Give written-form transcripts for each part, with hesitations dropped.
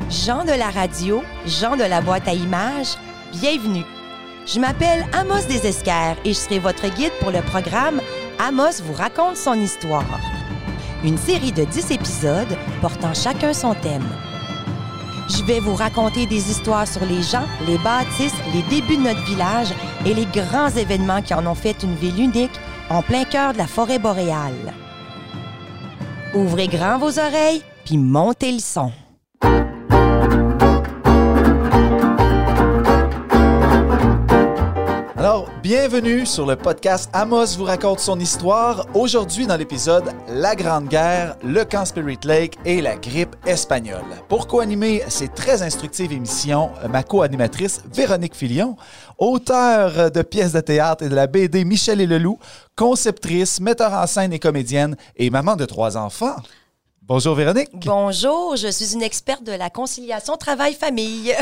Gens de la radio, gens de la boîte à images, bienvenue. Je m'appelle Amos Desesquers et je serai votre guide pour le programme Amos vous raconte son histoire. Une série de 10 épisodes portant chacun son thème. Je vais vous raconter des histoires sur les gens, les bâtisses, les débuts de notre village et les grands événements qui en ont fait une ville unique en plein cœur de la forêt boréale. Ouvrez grand vos oreilles puis montez le son. Alors, bienvenue sur le podcast Amos vous raconte son histoire. Aujourd'hui, dans l'épisode La Grande Guerre, le camp Spirit Lake et la grippe espagnole. Pour co-animer ces très instructives émissions, ma co-animatrice Véronique Filion, auteure de pièces de théâtre et de la BD Michel et le Loup, conceptrice, metteur en scène et comédienne et maman de 3 enfants. Bonjour Véronique. Bonjour, je suis une experte de la conciliation travail-famille.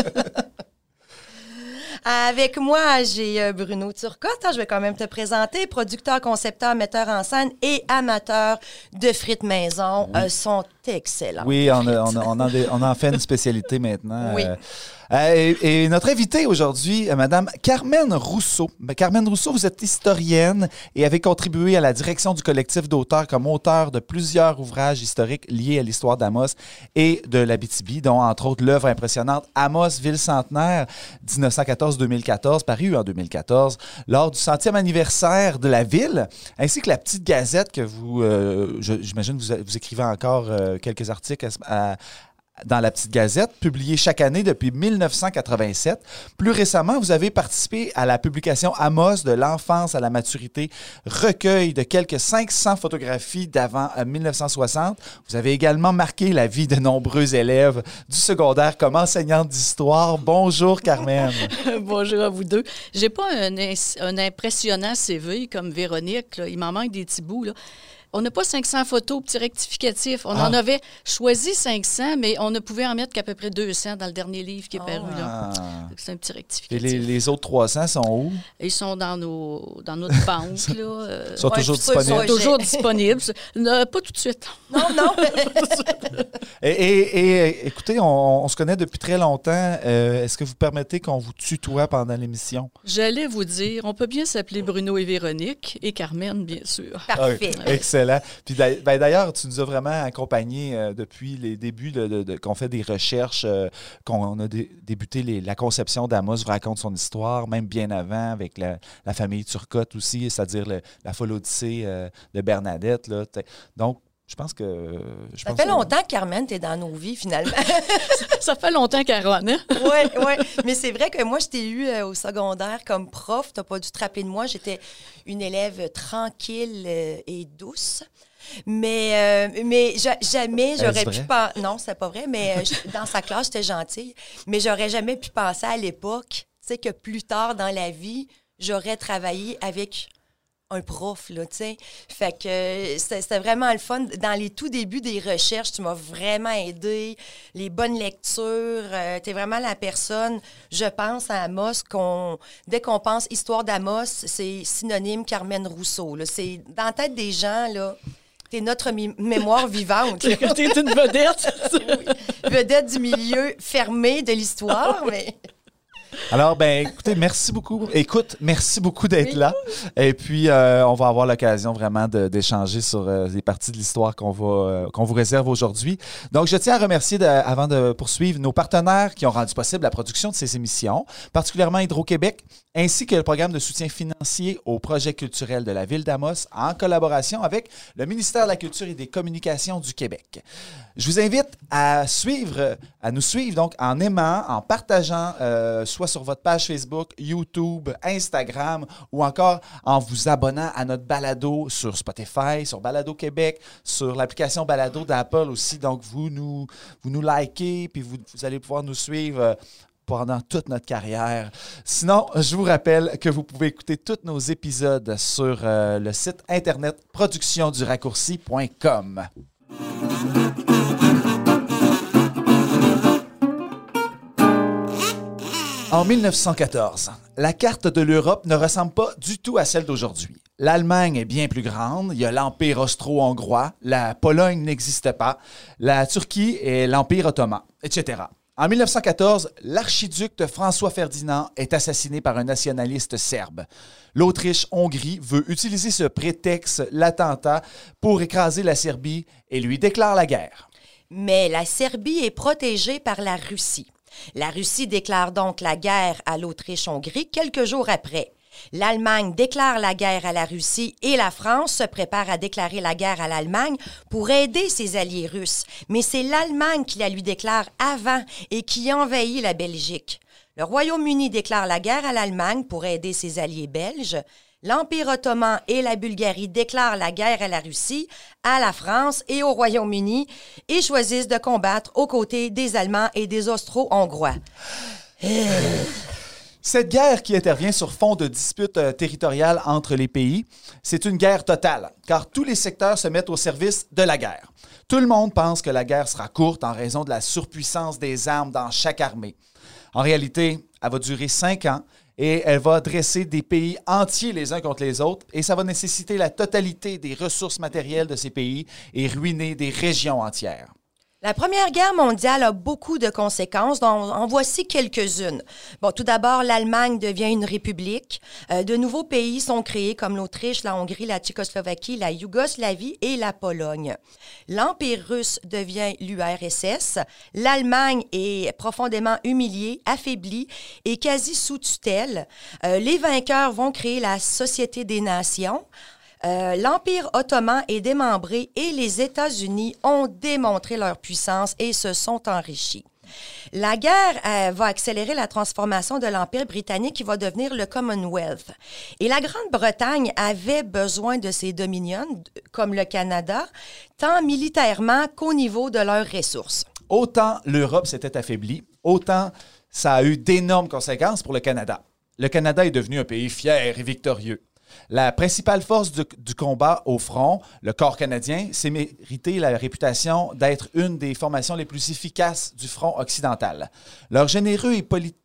Avec moi, j'ai Bruno Turcotte. Je vais quand même te présenter. Producteur, concepteur, metteur en scène et amateur de frites maison. Oui. Sont excellents. Oui, on en fait une spécialité maintenant. Oui. Et notre invitée aujourd'hui, Madame Carmen Rousseau. Carmen Rousseau, vous êtes historienne et avez contribué à la direction du collectif d'auteurs comme auteur de plusieurs ouvrages historiques liés à l'histoire d'Amos et de l'Abitibi, dont entre autres l'œuvre impressionnante Amos, ville centenaire 1914-2014, paru en 2014, lors du 100e anniversaire de la ville, ainsi que la petite gazette que vous, j'imagine vous écrivez encore quelques articles dans la Petite Gazette, publiée chaque année depuis 1987. Plus récemment, vous avez participé à la publication Amos de l'enfance à la maturité, recueil de quelques 500 photographies d'avant 1960. Vous avez également marqué la vie de nombreux élèves du secondaire comme enseignante d'histoire. Bonjour, Carmen. Bonjour à vous deux. J'ai pas un impressionnant CV comme Véronique, là. Il m'en manque des petits bouts, là. On n'a pas 500 photos, petit rectificatif. On en avait choisi 500, mais on ne pouvait en mettre qu'à peu près 200 dans le dernier livre qui est paru. Là. C'est un petit rectificatif. Et les autres 300 sont où? Ils sont dans notre banque. Là. Ils sont toujours disponibles? Ils sont toujours disponibles. Pas tout de suite. Non. Et écoutez, on se connaît depuis très longtemps. Est-ce que vous permettez qu'on vous tutoie pendant l'émission? J'allais vous dire, on peut bien s'appeler Bruno et Véronique et Carmen, bien sûr. Parfait. Excellent. Puis d'ailleurs, tu nous as vraiment accompagnés depuis les débuts qu'on fait des recherches, qu'on a débuté la conception d'Amos vous raconte son histoire, même bien avant, avec la famille Turcotte aussi, c'est-à-dire la folle odyssée de Bernadette. Là. Donc, je pense que... Ça fait longtemps que Carmen, t'es dans nos vies, finalement. Ça fait longtemps, Caron, hein? Oui. Mais c'est vrai que moi, je t'ai eu au secondaire comme prof. T'as pas dû te rappeler de moi. J'étais une élève tranquille et douce. Mais jamais j'aurais pu penser... Non, c'est pas vrai, mais dans sa classe, j'étais gentille. Mais j'aurais jamais pu penser à l'époque, tu sais, que plus tard dans la vie, j'aurais travaillé avec... un prof, là, tu sais. Fait que c'était vraiment le fun. Dans les tout débuts des recherches, tu m'as vraiment aidé. Les bonnes lectures, t'es vraiment la personne, je pense à Amos, dès qu'on pense histoire d'Amos, c'est synonyme Carmen Rousseau, là. C'est dans la tête des gens, là, t'es notre mémoire vivante. T'es une vedette. Oui. Vedette du milieu fermé de l'histoire, mais... Alors, écoutez, merci beaucoup. Merci beaucoup d'être là. Et puis, on va avoir l'occasion vraiment d'échanger sur les parties de l'histoire qu'on vous réserve aujourd'hui. Donc, je tiens à remercier, avant de poursuivre, nos partenaires qui ont rendu possible la production de ces émissions, particulièrement Hydro-Québec, ainsi que le programme de soutien financier au projet culturel de la Ville d'Amos, en collaboration avec le ministère de la Culture et des Communications du Québec. Je vous invite à nous suivre donc en aimant, en partageant, soit sur votre page Facebook, YouTube, Instagram ou encore en vous abonnant à notre balado sur Spotify, sur Balado Québec, sur l'application Balado d'Apple aussi. Donc, vous nous likez puis vous allez pouvoir nous suivre pendant toute notre carrière. Sinon, je vous rappelle que vous pouvez écouter tous nos épisodes sur le site internet productionduraccourci.com. En 1914, la carte de l'Europe ne ressemble pas du tout à celle d'aujourd'hui. L'Allemagne est bien plus grande. Il y a l'Empire austro-hongrois. La Pologne n'existe pas. La Turquie est l'Empire ottoman, etc. En 1914, l'archiduc de François-Ferdinand est assassiné par un nationaliste serbe. L'Autriche-Hongrie veut utiliser ce prétexte, l'attentat, pour écraser la Serbie et lui déclare la guerre. Mais la Serbie est protégée par la Russie. La Russie déclare donc la guerre à l'Autriche-Hongrie quelques jours après. L'Allemagne déclare la guerre à la Russie et la France se prépare à déclarer la guerre à l'Allemagne pour aider ses alliés russes. Mais c'est l'Allemagne qui la lui déclare avant et qui envahit la Belgique. Le Royaume-Uni déclare la guerre à l'Allemagne pour aider ses alliés belges. L'Empire ottoman et la Bulgarie déclarent la guerre à la Russie, à la France et au Royaume-Uni et choisissent de combattre aux côtés des Allemands et des Austro-Hongrois. Cette guerre qui intervient sur fond de disputes territoriales entre les pays, c'est une guerre totale, car tous les secteurs se mettent au service de la guerre. Tout le monde pense que la guerre sera courte en raison de la surpuissance des armes dans chaque armée. En réalité, elle va durer 5 ans et elle va dresser des pays entiers les uns contre les autres et ça va nécessiter la totalité des ressources matérielles de ces pays et ruiner des régions entières. La Première Guerre mondiale a beaucoup de conséquences, dont en voici quelques-unes. Bon, tout d'abord, l'Allemagne devient une république. De nouveaux pays sont créés comme l'Autriche, la Hongrie, la Tchécoslovaquie, la Yougoslavie et la Pologne. L'Empire russe devient l'URSS. L'Allemagne est profondément humiliée, affaiblie et quasi sous tutelle. Les vainqueurs vont créer la Société des Nations. L'Empire ottoman est démembré et les États-Unis ont démontré leur puissance et se sont enrichis. La guerre va accélérer la transformation de l'Empire britannique qui va devenir le Commonwealth. Et la Grande-Bretagne avait besoin de ses dominions, comme le Canada, tant militairement qu'au niveau de leurs ressources. Autant l'Europe s'était affaiblie, autant ça a eu d'énormes conséquences pour le Canada. Le Canada est devenu un pays fier et victorieux. La principale force du combat au front, le corps canadien, s'est mérité la réputation d'être une des formations les plus efficaces du front occidental. Leurs généraux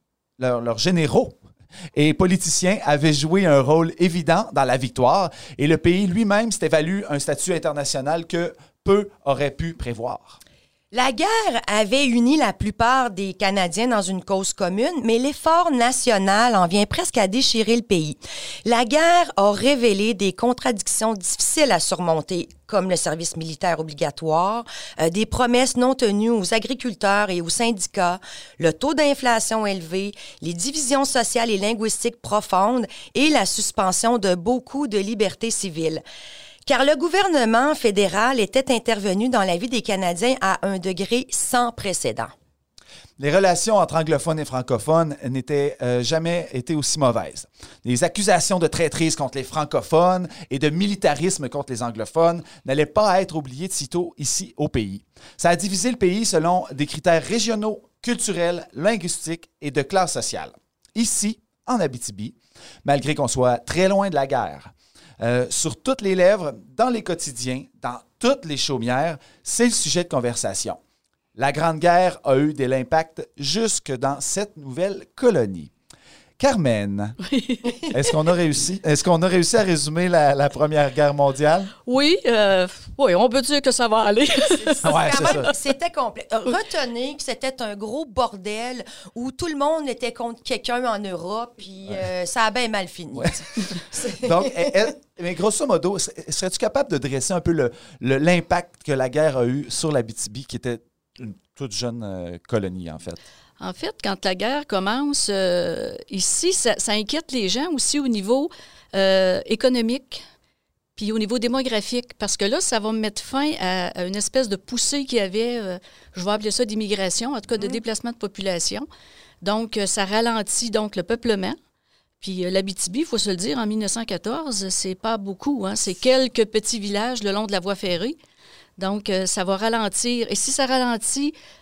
et politiciens avaient joué un rôle évident dans la victoire et le pays lui-même s'était valu un statut international que peu auraient pu prévoir. La guerre avait uni la plupart des Canadiens dans une cause commune, mais l'effort national en vient presque à déchirer le pays. La guerre a révélé des contradictions difficiles à surmonter, comme le service militaire obligatoire, des promesses non tenues aux agriculteurs et aux syndicats, le taux d'inflation élevé, les divisions sociales et linguistiques profondes et la suspension de beaucoup de libertés civiles. Car le gouvernement fédéral était intervenu dans la vie des Canadiens à un degré sans précédent. Les relations entre anglophones et francophones n'étaient jamais été aussi mauvaises. Les accusations de traîtrise contre les francophones et de militarisme contre les anglophones n'allaient pas être oubliées de sitôt ici au pays. Ça a divisé le pays selon des critères régionaux, culturels, linguistiques et de classe sociale. Ici, en Abitibi, malgré qu'on soit très loin de la guerre, sur toutes les lèvres, dans les quotidiens, dans toutes les chaumières, c'est le sujet de conversation. La Grande Guerre a eu de l'impact jusque dans cette nouvelle colonie. Carmen, Oui. est-ce qu'on a réussi? Est-ce qu'on a réussi à résumer la Première Guerre mondiale? Oui, on peut dire que ça va aller. C'était complet. Retenez que c'était un gros bordel où tout le monde était contre quelqu'un en Europe, puis ça a bien mal fini. Ouais. Donc, mais grosso modo, serais-tu capable de dresser un peu l'impact que la guerre a eu sur l'Abitibi, qui était une toute jeune colonie, en fait? En fait, quand la guerre commence, ici, ça inquiète les gens aussi au niveau économique puis au niveau démographique, parce que là, ça va mettre fin à une espèce de poussée qu'il y avait, je vais appeler ça d'immigration, en tout cas de déplacement de population. Donc, ça ralentit donc le peuplement. Puis l'Abitibi, il faut se le dire, en 1914, c'est pas beaucoup, hein? C'est quelques petits villages le long de la voie ferrée. Donc, ça va ralentir. Et si ça ralentit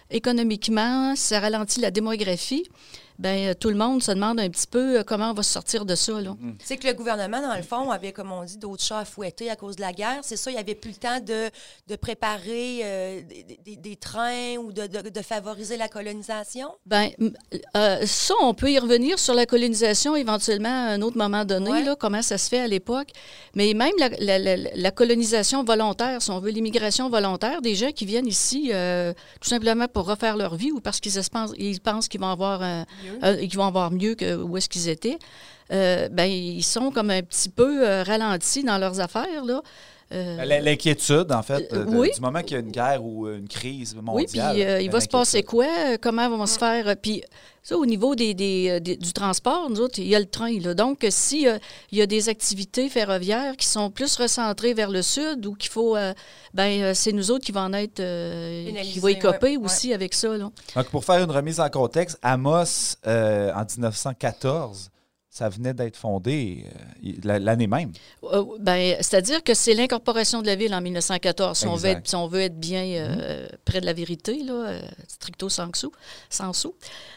économiquement, ça ralentit la démographie. Bien, tout le monde se demande un petit peu comment on va se sortir de ça, là. C'est que le gouvernement, dans le fond, avait, comme on dit, d'autres chats à fouetter à cause de la guerre. C'est ça, il n'y avait plus le temps de préparer des trains ou de favoriser la colonisation? Bien, ça, on peut y revenir sur la colonisation éventuellement à un autre moment donné, là, comment ça se fait à l'époque. Mais même la colonisation volontaire, si on veut, l'immigration volontaire, des gens qui viennent ici tout simplement pour refaire leur vie ou parce qu'ils pensent qu'ils vont avoir qu'ils vont avoir mieux que où est-ce qu'ils étaient, ben ils sont comme un petit peu ralentis dans leurs affaires, là. L'inquiétude, en fait, oui. du moment qu'il y a une guerre ou une crise mondiale. Oui, puis il va se passer quoi? Comment vont se faire? Puis ça, au niveau du transport, nous autres, il y a le train, là. Donc, s'il y a des activités ferroviaires qui sont plus recentrées vers le sud ou qu'il faut... c'est nous autres qui vont en être... qui vont écoper aussi avec ça, là. Donc, pour faire une remise en contexte, Amos, en 1914... ça venait d'être fondé l'année même. C'est-à-dire que c'est l'incorporation de la ville en 1914, si on veut être bien près de la vérité, là, stricto sensu. Sensu,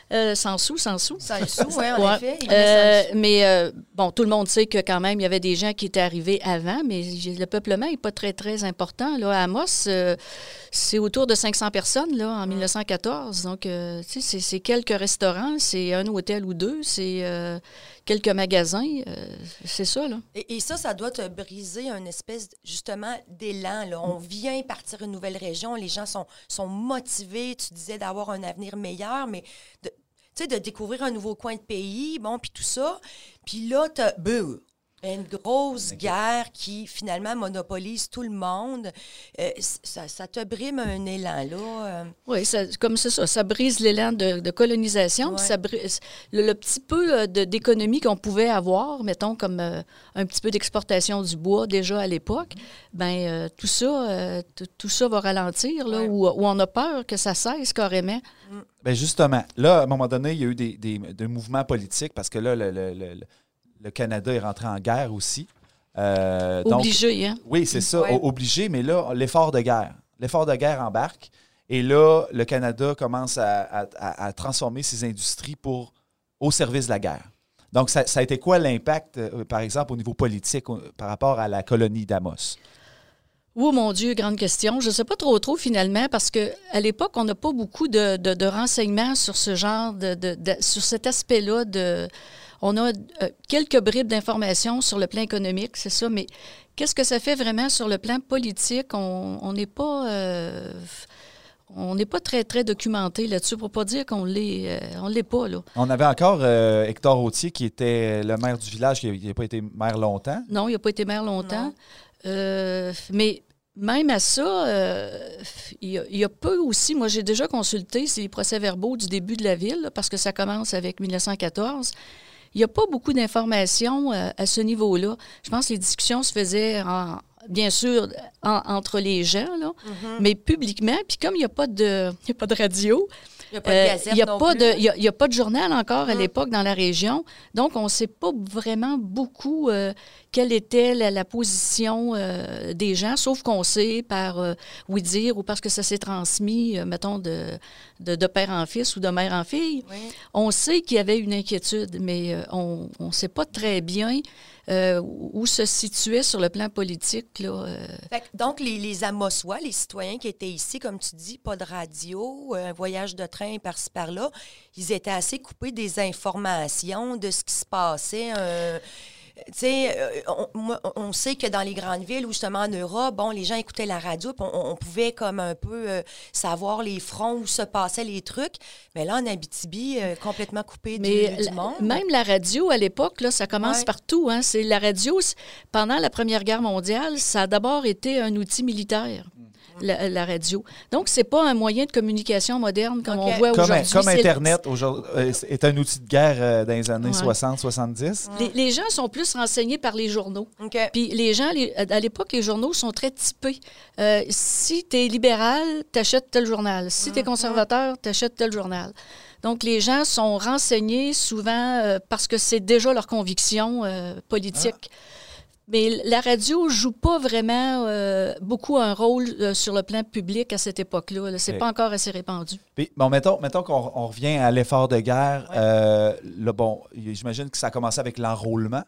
oui, en effet. Mais tout le monde sait que quand même, il y avait des gens qui étaient arrivés avant, mais le peuplement n'est pas très, très important. Là. À Amos, c'est autour de 500 personnes là, en 1914. Donc, c'est quelques restaurants, c'est un hôtel ou deux, c'est quelques magasins. C'est ça, là. Et ça doit te briser une espèce, justement, d'élan. Là. On vient partir une nouvelle région, les gens sont motivés, tu disais, d'avoir un avenir meilleur, mais de découvrir un nouveau coin de pays, puis tout ça. Puis là, tu as une grosse guerre qui, finalement, monopolise tout le monde. Ça te brime un élan, là. Oui, comme c'est ça. Ça brise l'élan de colonisation. Ouais. Ça brise le petit peu d'économie qu'on pouvait avoir, mettons, comme un petit peu d'exportation du bois déjà à l'époque. Tout ça va ralentir, là, où on a peur que ça cesse carrément. Bien, justement, là, à un moment donné, il y a eu des mouvements politiques parce que là, le Canada est rentré en guerre aussi. Obligé, hein? Oui, c'est ça, obligé, mais là, l'effort de guerre embarque. Et là, le Canada commence à transformer ses industries au service de la guerre. Donc, ça a été quoi l'impact, par exemple, au niveau politique par rapport à la colonie d'Amos? Oh mon Dieu, grande question. Je ne sais pas trop finalement parce qu'à l'époque, on n'a pas beaucoup de renseignements sur ce genre, sur cet aspect-là. On a quelques bribes d'informations sur le plan économique, c'est ça, mais qu'est-ce que ça fait vraiment sur le plan politique? On n'est pas... on n'est pas très, très documenté là-dessus pour ne pas dire qu'on ne l'est pas, là. On avait encore Hector Authier qui était le maire du village, qui n'a pas été maire longtemps. Non, il n'a pas été maire longtemps. Mais même à ça, il y a peu aussi, moi j'ai déjà consulté les procès-verbaux du début de la ville, là, parce que ça commence avec 1914. Il n'y a pas beaucoup d'informations à ce niveau-là. Je pense que les discussions se faisaient, bien sûr, entre les gens, là, mais publiquement. Puis comme il n'y a pas de radio, il n'y a pas de gazette il n'y a pas de journal encore à l'époque dans la région. Donc, on ne sait pas vraiment beaucoup quelle était la position des gens, sauf qu'on sait par oui-dire ou parce que ça s'est transmis, mettons, de père en fils ou de mère en fille. Oui. On sait qu'il y avait une inquiétude, mais on ne sait pas très bien où se situait sur le plan politique. Là, Donc, les Amossois, les citoyens qui étaient ici, comme tu dis, pas de radio, un voyage de train par-ci, par-là, ils étaient assez coupés des informations, de ce qui se passait. On sait que dans les grandes villes ou justement en Europe, les gens écoutaient la radio, puis on pouvait comme un peu savoir les fronts où se passaient les trucs. Mais là, en Abitibi, complètement coupé du monde. Même la radio, à l'époque, là, ça commence partout. Hein. C'est la radio, pendant la Première Guerre mondiale, ça a d'abord été un outil militaire. La radio. Donc, c'est pas un moyen de communication moderne comme on voit aujourd'hui. Comme Internet est un outil de guerre dans les années 60-70. Les gens sont plus renseignés par les journaux. Puis les gens, à l'époque, les journaux sont très typés. Si tu es libéral, tu achètes tel journal. Si tu es conservateur, tu achètes tel journal. Donc, les gens sont renseignés souvent parce que c'est déjà leur conviction politique. Mais la radio joue pas vraiment beaucoup un rôle sur le plan public à cette époque-là. Là. C'est pas encore assez répandu. Puis, bon, mettons qu'on revient à l'effort de guerre. J'imagine que ça a commencé avec l'enrôlement.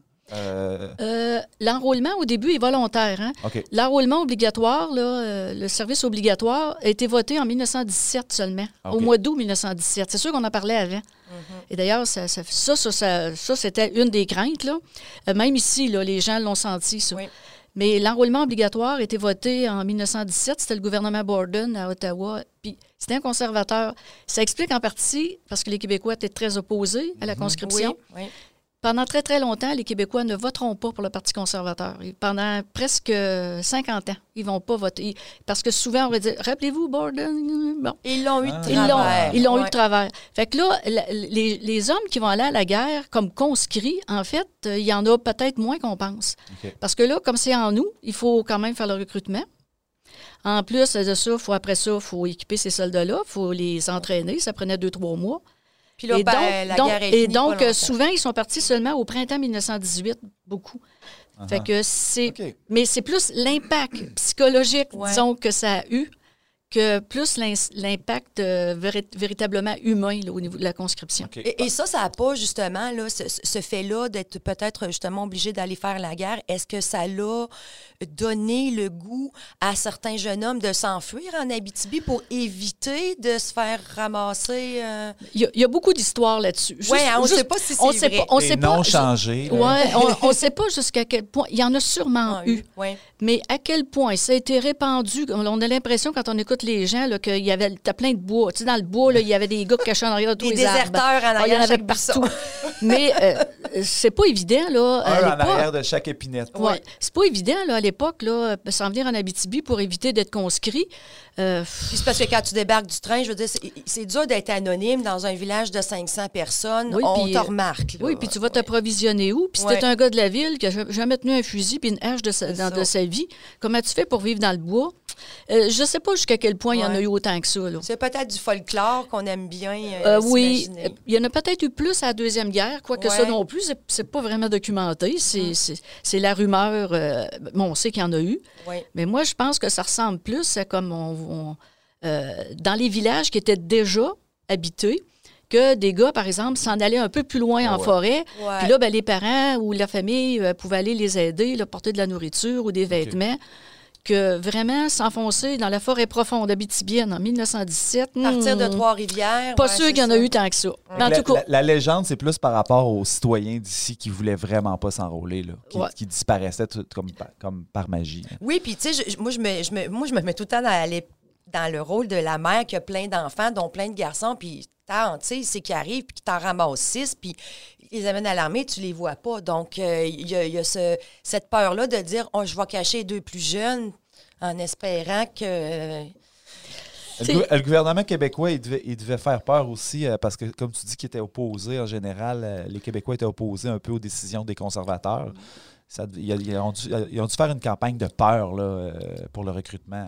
L'enrôlement, au début, est volontaire. Hein? Okay. L'enrôlement obligatoire, le service obligatoire, a été voté en 1917 seulement, au mois d'août 1917. C'est sûr qu'on en parlait avant. Et d'ailleurs, ça, c'était une des craintes. Là. Même ici, là, les gens l'ont senti, ça. Oui. Mais l'enrôlement obligatoire a été voté en 1917. C'était le gouvernement Borden à Ottawa. Puis c'était un conservateur. Ça explique en partie parce que les Québécois étaient très opposés à la conscription. Oui. Pendant très, très longtemps, les Québécois ne voteront pas pour le Parti conservateur. Et pendant presque 50 ans, ils ne vont pas voter. Parce que souvent, on va dire, rappelez-vous, Borden? Bon. Ils l'ont eu de travers. Ils l'ont eu de travers. Fait que là, les hommes qui vont aller à la guerre comme conscrits, en fait, il y en a peut-être moins qu'on pense. Okay. Parce que là, comme c'est en nous, il faut quand même faire le recrutement. En plus de ça, il faut équiper ces soldats-là, il faut les entraîner. Ça prenait 2-3 mois. Puis là, la guerre est finie. Et donc, souvent, ils sont partis seulement au printemps 1918, beaucoup. Fait que c'est... Okay. Mais c'est plus l'impact psychologique, disons, que ça a eu, que plus l'impact véritablement humain là, au niveau de la conscription. Okay. Et ça n'a pas, justement, là, ce fait-là d'être peut-être, justement, obligé d'aller faire la guerre, est-ce que ça l'a donné le goût à certains jeunes hommes de s'enfuir en Abitibi pour éviter de se faire ramasser? Il y a beaucoup d'histoires là-dessus. Oui, on ne sait pas si c'est vrai. On sait pas. Changé. On ne sait pas jusqu'à quel point. Il y en a sûrement eu. Ouais. Mais à quel point ça a été répandu. On a l'impression, quand on écoute les gens, là, qu'il y avait plein de bois. Tu sais, dans le bois, là, il y avait des gars cachés en arrière de tous les arbres. Des déserteurs en arrière il y en avait partout. Mais c'est pas évident, là. En arrière de chaque épinette. Ouais. C'est pas évident, là, à l'époque, là, s'en venir en Abitibi pour éviter d'être conscrit. Puis c'est parce que quand tu débarques du train, je veux dire, c'est dur d'être anonyme dans un village de 500 personnes. Oui, on te remarque. Oui, puis tu vas t'approvisionner où? Puis si t'es un gars de la ville qui n'a jamais tenu un fusil puis une hache de sa vie, comment tu fais pour vivre dans le bois? Je ne sais pas jusqu'à quel point il y en a eu autant que ça. Là. C'est peut-être du folklore qu'on aime bien oui, il y en a peut-être eu plus à la Deuxième Guerre, quoique ça non plus, c'est pas vraiment documenté. C'est la rumeur. On sait qu'il y en a eu. Mais moi, je pense que ça ressemble plus à comme dans les villages qui étaient déjà habités, que des gars, par exemple, s'en allaient un peu plus loin en forêt. Puis là, les parents ou la famille pouvaient aller les aider, leur porter de la nourriture ou des vêtements. Que vraiment s'enfoncer dans la forêt profonde abitibienne en 1917. Partir de Trois-Rivières. Pas sûr qu'il y en a eu tant que ça. En tout cas, la légende, c'est plus par rapport aux citoyens d'ici qui ne voulaient vraiment pas s'enrôler, là, qui disparaissaient comme par magie. Là. Oui, puis tu sais, moi, je me mets tout le temps dans le rôle de la mère qui a plein d'enfants, dont plein de garçons, puis tu sais, c'est qui arrive, puis qui t'en ramasse 6, puis ils les amènent à l'armée, tu les vois pas. Donc, il y a cette peur-là de dire « je vais cacher les 2 plus jeunes » en espérant que... Le gouvernement québécois, il devait faire peur aussi parce que, comme tu dis, qu'il était opposé en général, les Québécois étaient opposés un peu aux décisions des conservateurs. Ils ont dû faire une campagne de peur là, pour le recrutement.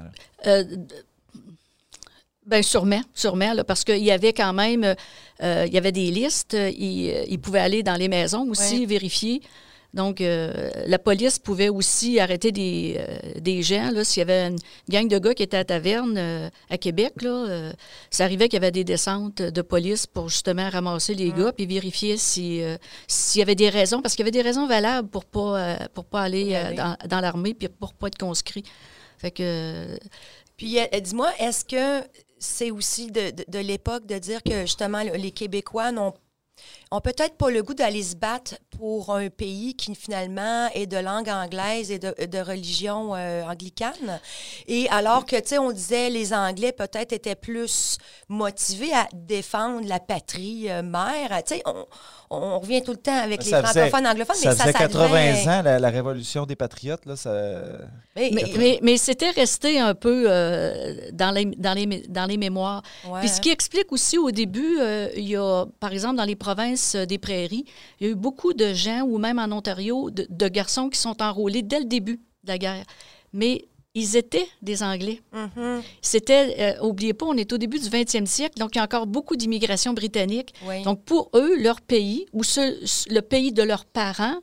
Bien, sûrement, là, parce qu'il y avait quand même, il y avait des listes, ils pouvaient aller dans les maisons aussi, vérifier. Donc, la police pouvait aussi arrêter des gens, là, s'il y avait une gang de gars qui étaient à la taverne à Québec, là, ça arrivait qu'il y avait des descentes de police pour justement ramasser les gars puis vérifier s'il y avait des raisons, parce qu'il y avait des raisons valables pour pas aller dans l'armée puis pour pas être conscrit. Fait que... Puis, dis-moi, est-ce que c'est aussi de l'époque de dire que, justement, les Québécois n'ont peut-être pas le goût d'aller se battre pour un pays qui, finalement, est de langue anglaise et de religion anglicane. Et alors que, tu sais, on disait les Anglais, peut-être, étaient plus motivés à défendre la patrie mère. Tu sais, on revient tout le temps avec les francophones, anglophones, mais ça faisait 80 ans, la Révolution des Patriotes, là, ça... Mais c'était resté un peu dans les mémoires. Ouais. Puis ce qui explique aussi, au début, il y a, par exemple, dans les provinces des Prairies, il y a eu beaucoup de gens, ou même en Ontario, de garçons qui sont enrôlés dès le début de la guerre. Mais ils étaient des Anglais. Mm-hmm. C'était, n'oubliez pas, on est au début du 20e siècle, donc il y a encore beaucoup d'immigration britannique. Oui. Donc pour eux, leur pays, ou le pays de leurs parents,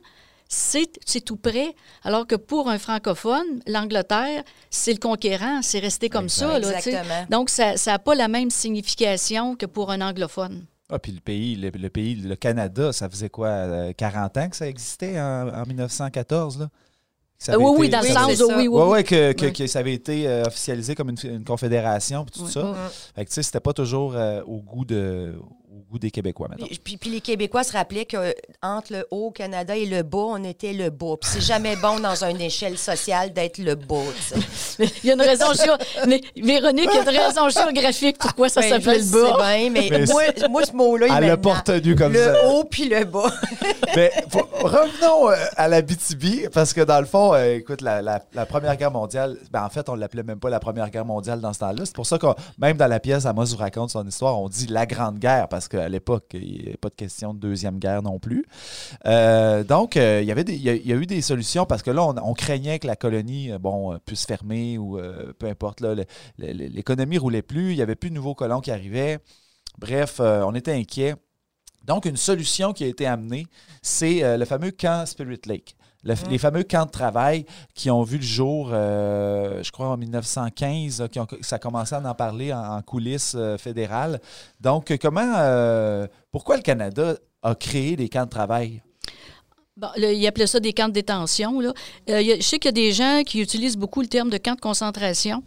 c'est tout près. Alors que pour un francophone, l'Angleterre, c'est le conquérant, c'est resté comme ça. Là, exactement. Donc, ça n'a pas la même signification que pour un anglophone. Ah, puis le Canada, ça faisait quoi, 40 ans que ça existait en 1914, là? Oui, dans le sens où oui, que ça avait été officialisé comme une confédération, puis tout ça. Fait que, tu sais, c'était pas toujours au goût des Québécois, maintenant. Puis les Québécois se rappelaient qu'entre le Haut-Canada et le bas, on était le bas. Puis c'est jamais bon dans une échelle sociale d'être le bas. Il y a une raison mais Véronique, il y a une raison géographique pourquoi ça s'appelle le bas. C'est bien, mais moi, ce mot-là, il l'a pas retenu comme ça. Le haut puis le bas. Mais revenons à l'Abitibi, parce que dans le fond, écoute, la Première Guerre mondiale, en fait, on l'appelait même pas la Première Guerre mondiale dans ce temps-là. C'est pour ça que même dans la pièce, Amos vous raconte son histoire, on dit la Grande Guerre, parce qu'à l'époque, il n'y avait pas de question de Deuxième Guerre non plus. Donc, il y a eu des solutions, parce que là, on craignait que la colonie puisse fermer ou peu importe. Là, l'économie ne roulait plus, il n'y avait plus de nouveaux colons qui arrivaient. Bref, on était inquiets. Donc, une solution qui a été amenée, c'est le fameux camp Spirit Lake. Les fameux camps de travail qui ont vu le jour, je crois, en 1915, ça a commencé à en parler en coulisses fédérales. Donc, pourquoi le Canada a créé des camps de travail? Bon, ils appelaient ça des camps de détention. Là. Je sais qu'il y a des gens qui utilisent beaucoup le terme de camp de concentration.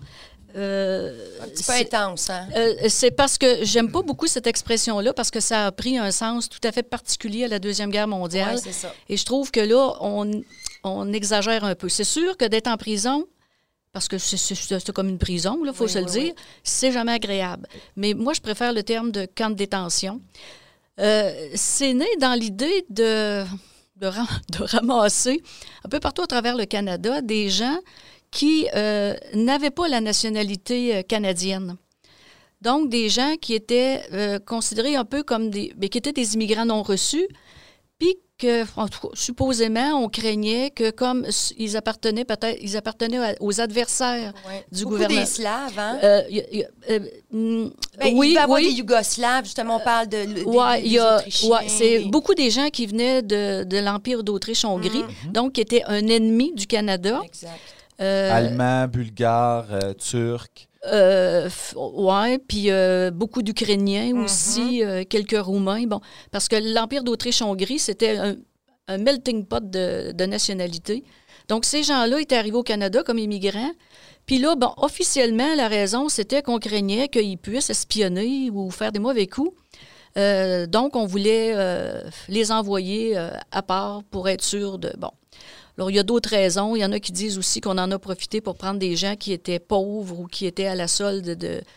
Un petit peu intense, hein? C'est parce que j'aime pas beaucoup cette expression-là parce que ça a pris un sens tout à fait particulier à la Deuxième Guerre mondiale. Oui, c'est ça. Et je trouve que là, on exagère un peu. C'est sûr que d'être en prison, parce que c'est comme une prison, il faut se le dire, c'est jamais agréable. Mais moi, je préfère le terme de camp de détention. C'est né dans l'idée de ramasser un peu partout à travers le Canada des gens qui n'avaient pas la nationalité canadienne. Donc, des gens qui étaient considérés un peu comme qui étaient des immigrants non reçus, puis que, supposément, on craignait que comme ils appartenaient aux adversaires du gouvernement. Des Slaves, hein? Oui, il va y avoir des Yougoslaves, justement, on parle des Autrichiens. Oui, c'est beaucoup des gens qui venaient de l'Empire d'Autriche-Hongrie, donc qui étaient un ennemi du Canada. Exact. Allemands, Bulgares, Turcs. Oui, puis beaucoup d'Ukrainiens aussi, quelques Roumains. Bon, parce que l'Empire d'Autriche-Hongrie, c'était un melting pot de nationalités. Donc, ces gens-là étaient arrivés au Canada comme immigrants. Puis là, bon, officiellement, la raison, c'était qu'on craignait qu'ils puissent espionner ou faire des mauvais coups. Donc, on voulait les envoyer à part pour être sûr de... Bon. Alors, il y a d'autres raisons. Il y en a qui disent aussi qu'on en a profité pour prendre des gens qui étaient pauvres ou qui étaient à la solde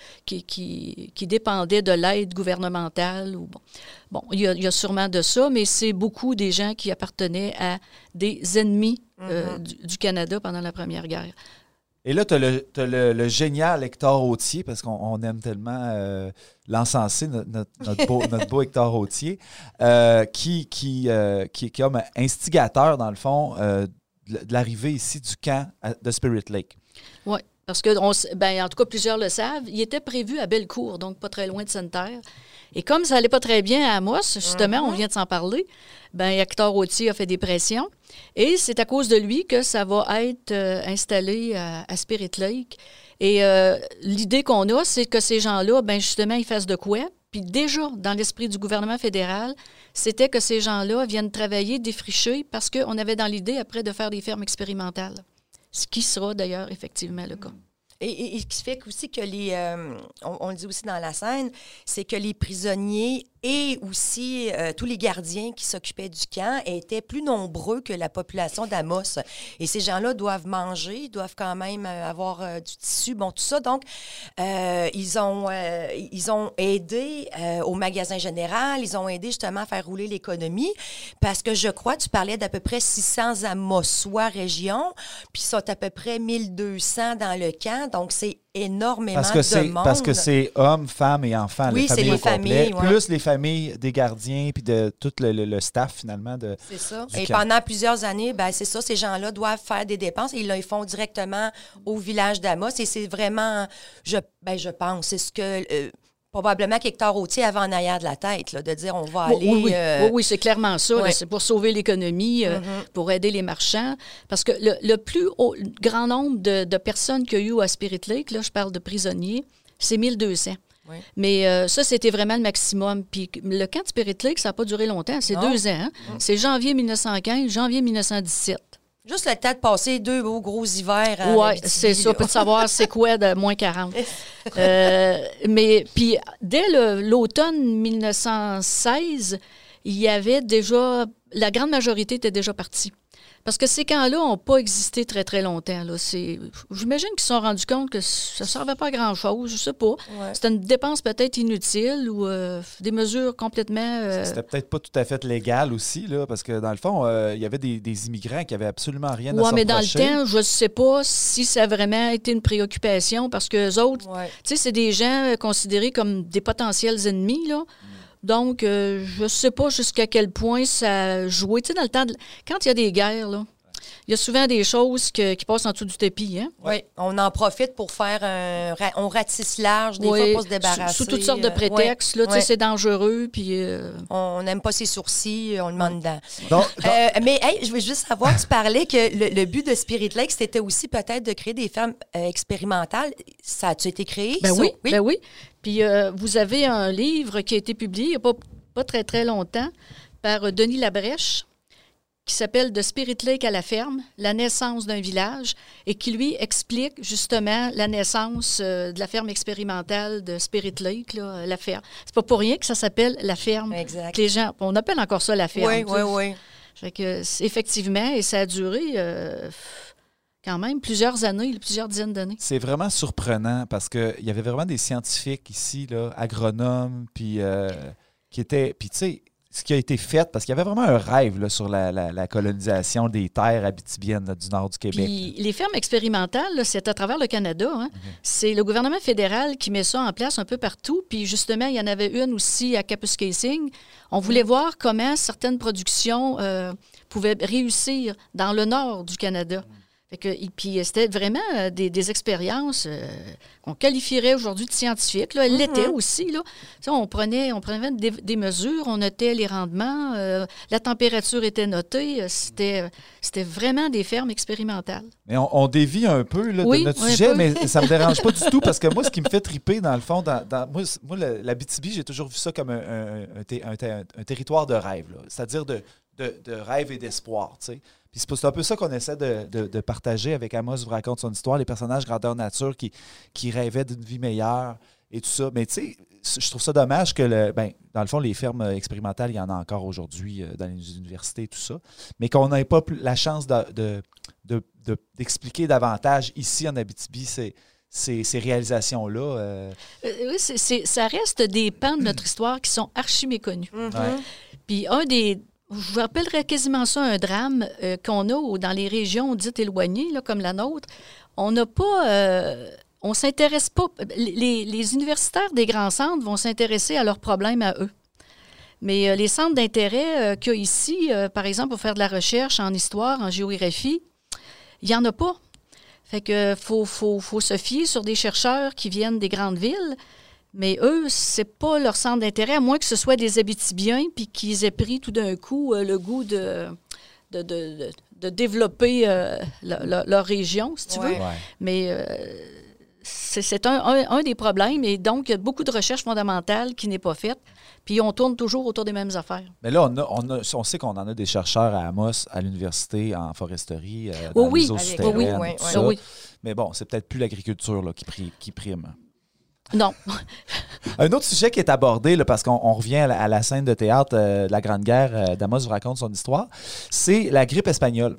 qui dépendaient de l'aide gouvernementale. Bon, il y a sûrement de ça, mais c'est beaucoup des gens qui appartenaient à des ennemis du Canada pendant la Première Guerre. Et là, tu as le génial Hector Hautier, parce qu'on aime tellement l'encenser, notre beau Hector Hautier, qui est comme instigateur, dans le fond, de l'arrivée ici du camp de Spirit Lake. Oui, parce que, en tout cas, plusieurs le savent, il était prévu à Bellecour, donc pas très loin de Sainte-Terre. Et comme ça n'allait pas très bien à Amos, justement, on vient de s'en parler, Hector Hautier a fait des pressions. Et c'est à cause de lui que ça va être installé à Spirit Lake. Et l'idée qu'on a, c'est que ces gens-là, justement, ils fassent de quoi? Puis déjà, dans l'esprit du gouvernement fédéral, c'était que ces gens-là viennent travailler, défricher, parce qu'on avait dans l'idée, après, de faire des fermes expérimentales. Ce qui sera d'ailleurs effectivement le cas. Et ce qui fait aussi que on le dit aussi dans la scène, c'est que les prisonniers et aussi tous les gardiens qui s'occupaient du camp étaient plus nombreux que la population d'Amos. Et ces gens-là doivent manger, ils doivent quand même avoir du tissu, tout ça. Donc, ils ont aidé au magasin général, ils ont aidé justement à faire rouler l'économie parce que je crois, tu parlais d'à peu près 600 Amosois région, puis ils sont à peu près 1200 dans le camp. Donc, c'est énormément de monde. Parce que c'est hommes, femmes et enfants, oui, les familles au complet, ouais. Plus les familles des gardiens puis de tout le staff, finalement. C'est ça. Et camp. Pendant plusieurs années, c'est ça, ces gens-là doivent faire des dépenses et ils le font directement au village d'Amos. Et c'est vraiment, je pense, c'est ce que... probablement qu'Hector Routier avait en arrière de la tête, là, de dire on va aller... Oui, c'est clairement ça. Ouais. Là, c'est pour sauver l'économie, pour aider les marchands. Parce que le plus grand nombre de personnes qu'il y a eu à Spirit Lake, là, je parle de prisonniers, c'est 1200. Oui. Mais ça, c'était vraiment le maximum. Puis le camp de Spirit Lake, ça n'a pas duré longtemps. C'est 2 ans. Hein? C'est janvier 1915, janvier 1917. Juste le temps de passer 2 beaux gros hivers. Oui, c'est ça. Peut savoir c'est quoi de moins 40. Mais puis, dès l'automne 1916, il y avait déjà... La grande majorité était déjà partie. Parce que ces camps-là n'ont pas existé très, très longtemps. Là. J'imagine qu'ils se sont rendus compte que ça ne servait pas à grand-chose, je ne sais pas. Ouais. C'était une dépense peut-être inutile ou des mesures complètement... C'était peut-être pas tout à fait légal aussi, là, parce que dans le fond, il y avait des immigrants qui avaient absolument rien à se mais dans le reprocher. temps, je ne sais pas si ça a vraiment été une préoccupation parce que les autres, tu sais, c'est des gens considérés comme des potentiels ennemis, là. Donc, je ne sais pas jusqu'à quel point ça a joué. Tu sais, dans le temps, quand il y a des guerres, là, il y a souvent des choses qui passent en dessous du tapis. Hein? Oui, on en profite pour faire on ratisse large, des fois, pour se débarrasser. Sous toutes sortes de prétextes. Là, tu sais, c'est dangereux. Puis, on n'aime pas ses sourcils, on le demande dedans. Mais hey, je veux juste savoir, tu parlais que le but de Spirit Lake, c'était aussi peut-être de créer des fermes expérimentales. Ça a-tu été créé? Ben oui. Puis vous avez un livre qui a été publié il n'y a pas très, très longtemps par Denis Labrèche, qui s'appelle « De Spirit Lake à la ferme, la naissance d'un village » et qui, lui, explique justement la naissance de la ferme expérimentale de Spirit Lake, là, la ferme. C'est pas pour rien que ça s'appelle la ferme. Exact. Les gens, on appelle encore ça la ferme. Oui. Fait que, effectivement, et ça a duré quand même plusieurs années, plusieurs dizaines d'années. C'est vraiment surprenant parce qu'il y avait vraiment des scientifiques ici, là, agronomes, puis qui étaient... Puis tu sais, ce qui a été fait, parce qu'il y avait vraiment un rêve là, sur la colonisation des terres abitibiennes là, du nord du Québec. Puis les fermes expérimentales, là, c'est à travers le Canada. Hein? C'est le gouvernement fédéral qui met ça en place un peu partout. Puis justement, il y en avait une aussi à Kapuskasing. On voulait voir comment certaines productions pouvaient réussir dans le nord du Canada. Fait que, et puis c'était vraiment des expériences qu'on qualifierait aujourd'hui de scientifiques. Là. Elles l'étaient aussi. Là. On prenait des mesures, on notait les rendements, la température était notée. C'était vraiment des fermes expérimentales. Mais on dévie un peu là, de notre sujet, mais ça ne me dérange pas du tout parce que moi, ce qui me fait triper, dans le fond, moi l'Abitibi, j'ai toujours vu ça comme un territoire de rêve. C'est-à-dire de rêve et d'espoir, tu sais. Puis c'est un peu ça qu'on essaie de partager avec Amos vous raconte son histoire, les personnages grandeur nature qui rêvaient d'une vie meilleure et tout ça. Mais tu sais, je trouve ça dommage que, dans le fond, les fermes expérimentales, il y en a encore aujourd'hui dans les universités et tout ça, mais qu'on n'ait pas la chance d'expliquer davantage ici en Abitibi ces réalisations-là. Oui, ça reste des pans de notre histoire qui sont archi méconnus. Puis je vous rappellerais quasiment ça un drame qu'on a dans les régions dites éloignées, là, comme la nôtre. On n'a pas... on s'intéresse pas... Les universitaires des grands centres vont s'intéresser à leurs problèmes à eux. Mais les centres d'intérêt qu'il y a ici, par exemple, pour faire de la recherche en histoire, en géographie, il n'y en a pas. Fait que faut se fier sur des chercheurs qui viennent des grandes villes. Mais eux, c'est pas leur centre d'intérêt, à moins que ce soit des Abitibiens puis qu'ils aient pris tout d'un coup le goût de développer leur région, si tu veux. Ouais. Mais c'est un des problèmes. Et donc, il y a beaucoup de recherche fondamentale qui n'est pas faite. Puis on tourne toujours autour des mêmes affaires. Mais là, on sait qu'on en a des chercheurs à Amos, à l'université, en foresterie, dans les eaux souterraines, tout ça. Mais bon, c'est peut-être plus l'agriculture là, qui prime. Non. Un autre sujet qui est abordé, là, parce qu'on revient à la scène de théâtre de la Grande Guerre, d'Amos vous raconte son histoire, c'est la grippe espagnole.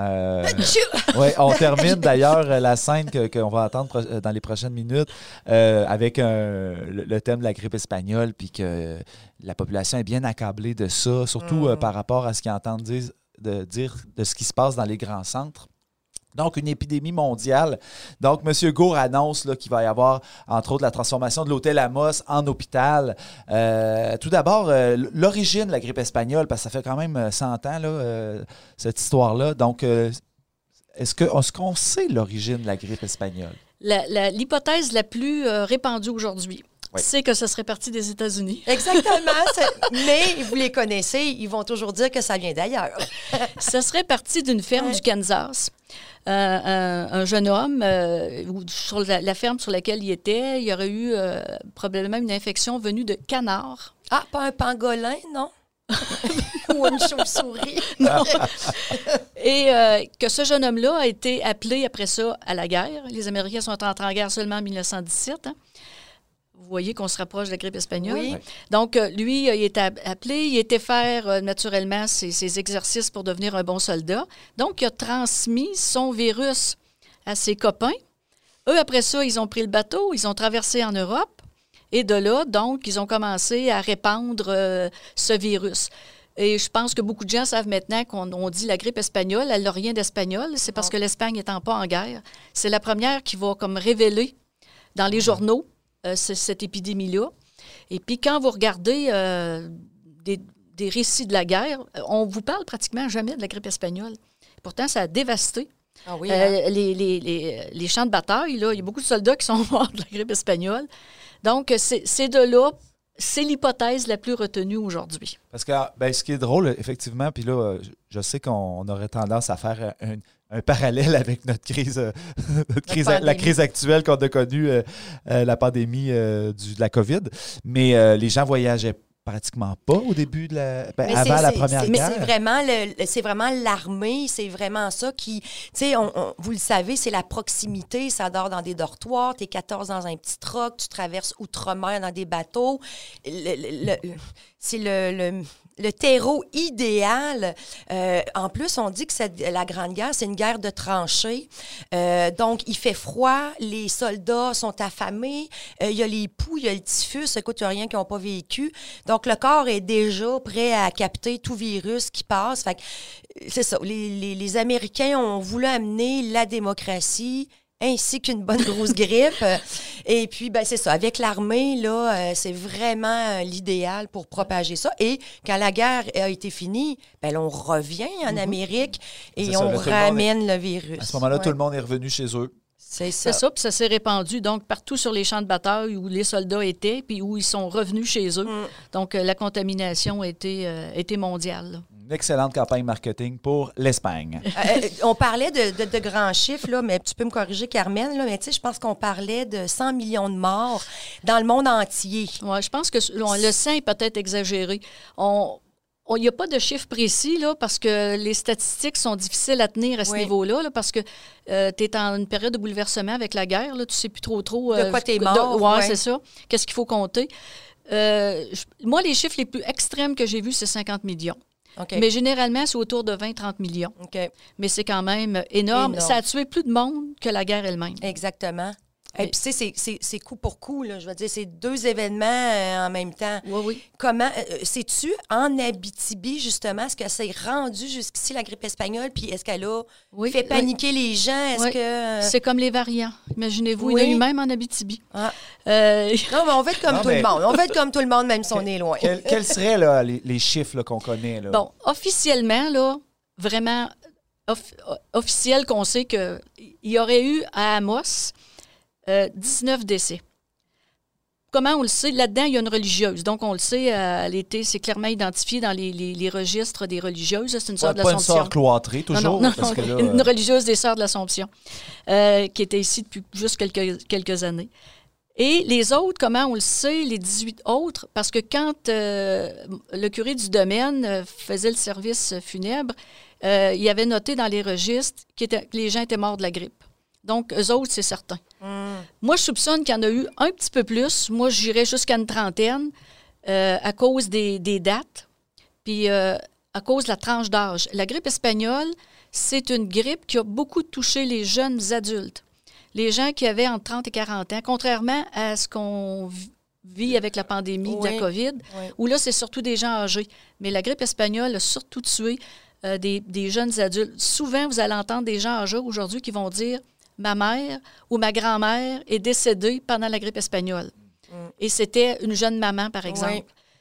On termine d'ailleurs la scène qu'on va attendre dans les prochaines minutes avec le thème de la grippe espagnole, puis que la population est bien accablée de ça, surtout par rapport à ce qu'ils entendent dire de ce qui se passe dans les grands centres. Donc, une épidémie mondiale. Donc, M. Gourde annonce qu'il va y avoir, entre autres, la transformation de l'hôtel Amos en hôpital. Tout d'abord, l'origine de la grippe espagnole, parce que ça fait quand même 100 ans, là, cette histoire-là. Donc, est-ce qu'on sait l'origine de la grippe espagnole? L'hypothèse la plus répandue aujourd'hui, c'est que ce serait parti des États-Unis. Exactement. Mais vous les connaissez, ils vont toujours dire que ça vient d'ailleurs. Ça serait parti d'une ferme du Kansas. Un jeune homme, sur la ferme sur laquelle il était, il aurait eu probablement une infection venue de canard. Ah, pas un pangolin, non? Ou une chauve-souris. Non. Et que ce jeune homme-là a été appelé après ça à la guerre. Les Américains sont entrés en guerre seulement en 1917. Hein. Vous voyez qu'on se rapproche de la grippe espagnole. Oui. Donc, lui, il était appelé, il était faire naturellement ses exercices pour devenir un bon soldat. Donc, il a transmis son virus à ses copains. Eux, après ça, ils ont pris le bateau, ils ont traversé en Europe. Et de là, donc, ils ont commencé à répandre ce virus. Et je pense que beaucoup de gens savent maintenant qu'on dit la grippe espagnole, elle n'a rien d'espagnol. C'est parce que l'Espagne n'étant pas en guerre. C'est la première qui va comme révéler dans les journaux cette épidémie-là. Et puis, quand vous regardez des récits de la guerre, on vous parle pratiquement jamais de la grippe espagnole. Pourtant, ça a dévasté. Ah oui, les champs de bataille, là, il y a beaucoup de soldats qui sont morts de la grippe espagnole. Donc, c'est de là, c'est l'hypothèse la plus retenue aujourd'hui. Parce que ce qui est drôle, effectivement, puis là, je sais qu'on aurait tendance à faire un parallèle avec notre crise, la crise actuelle qu'on a connue, la pandémie de la COVID. Mais les gens voyageaient pratiquement pas au début avant la Première Guerre. Mais c'est vraiment l'armée, c'est vraiment ça qui, tu sais, vous le savez, c'est la proximité, ça dort dans des dortoirs, t'es 14 dans un petit troc, tu traverses outre-mer dans des bateaux. C'est le terreau idéal. En plus, on dit que la Grande Guerre, c'est une guerre de tranchées. Donc, il fait froid, les soldats sont affamés, il y a les poux, il y a le typhus, écoute, il n'y a rien qu'ils n'ont pas vécu. Donc, le corps est déjà prêt à capter tout virus qui passe. Fait que, c'est ça. Les Américains ont voulu amener la démocratie ainsi qu'une bonne grosse grippe. Et puis, c'est ça. Avec l'armée, là, c'est vraiment l'idéal pour propager ça. Et quand la guerre a été finie, on revient en Amérique et on ramène le virus. À ce moment-là, tout le monde est revenu chez eux. C'est ça. C'est ça, puis ça s'est répandu donc partout sur les champs de bataille où les soldats étaient, puis où ils sont revenus chez eux. Donc, la contamination a été mondiale, là. Une excellente campagne marketing pour l'Espagne. On parlait de grands chiffres, là, mais tu peux me corriger, Carmen, là, mais tu sais, je pense qu'on parlait de 100 millions de morts dans le monde entier. Oui, je pense que le 100 est peut-être exagéré. Il n'y a pas de chiffre précis, là, parce que les statistiques sont difficiles à tenir à ce niveau-là, là, parce que tu es en une période de bouleversement avec la guerre, là, tu ne sais plus trop... de quoi tu es mort. Oui, c'est ça. Qu'est-ce qu'il faut compter? Moi, les chiffres les plus extrêmes que j'ai vus, c'est 50 millions. Okay. Mais généralement, c'est autour de 20-30 millions. Okay. Mais c'est quand même énorme. Ça a tué plus de monde que la guerre elle-même. Exactement. Et puis, tu sais, c'est coup pour coup, là. Je veux dire, c'est deux événements en même temps. Oui, oui. Comment, sais-tu, en Abitibi, justement, est-ce que c'est rendu jusqu'ici, la grippe espagnole, puis est-ce qu'elle a fait paniquer les gens? Est-ce que... C'est comme les variants. Imaginez-vous, il y en a eu même en Abitibi. Ah. Non, mais on va être comme tout le monde. On va être comme tout le monde, même si on est loin. Quels seraient là, les chiffres là, qu'on connaît? Là? Bon, officiellement, là, vraiment officiel qu'on sait qu'il y aurait eu à Amos 19 décès. Comment on le sait? Là-dedans, il y a une religieuse. Donc, on le sait, elle était, c'est clairement identifié dans les registres des religieuses. C'est une sœur de l'Assomption. Pas une sœur cloîtrée, toujours? Non, parce que là, une religieuse des sœurs de l'Assomption, qui était ici depuis juste quelques années. Et les autres, comment on le sait, les 18 autres? Parce que quand le curé du domaine faisait le service funèbre, il avait noté dans les registres que les gens étaient morts de la grippe. Donc, eux autres, c'est certain. Moi, je soupçonne qu'il y en a eu un petit peu plus. Moi, j'irais jusqu'à une trentaine à cause des dates, puis à cause de la tranche d'âge. La grippe espagnole, c'est une grippe qui a beaucoup touché les jeunes adultes. Les gens qui avaient entre 30 et 40 ans, contrairement à ce qu'on vit avec la pandémie de la COVID, où là, c'est surtout des gens âgés. Mais la grippe espagnole a surtout tué des jeunes adultes. Souvent, vous allez entendre des gens âgés aujourd'hui qui vont dire « Ma mère ou ma grand-mère est décédée pendant la grippe espagnole. Et c'était une jeune maman, par exemple.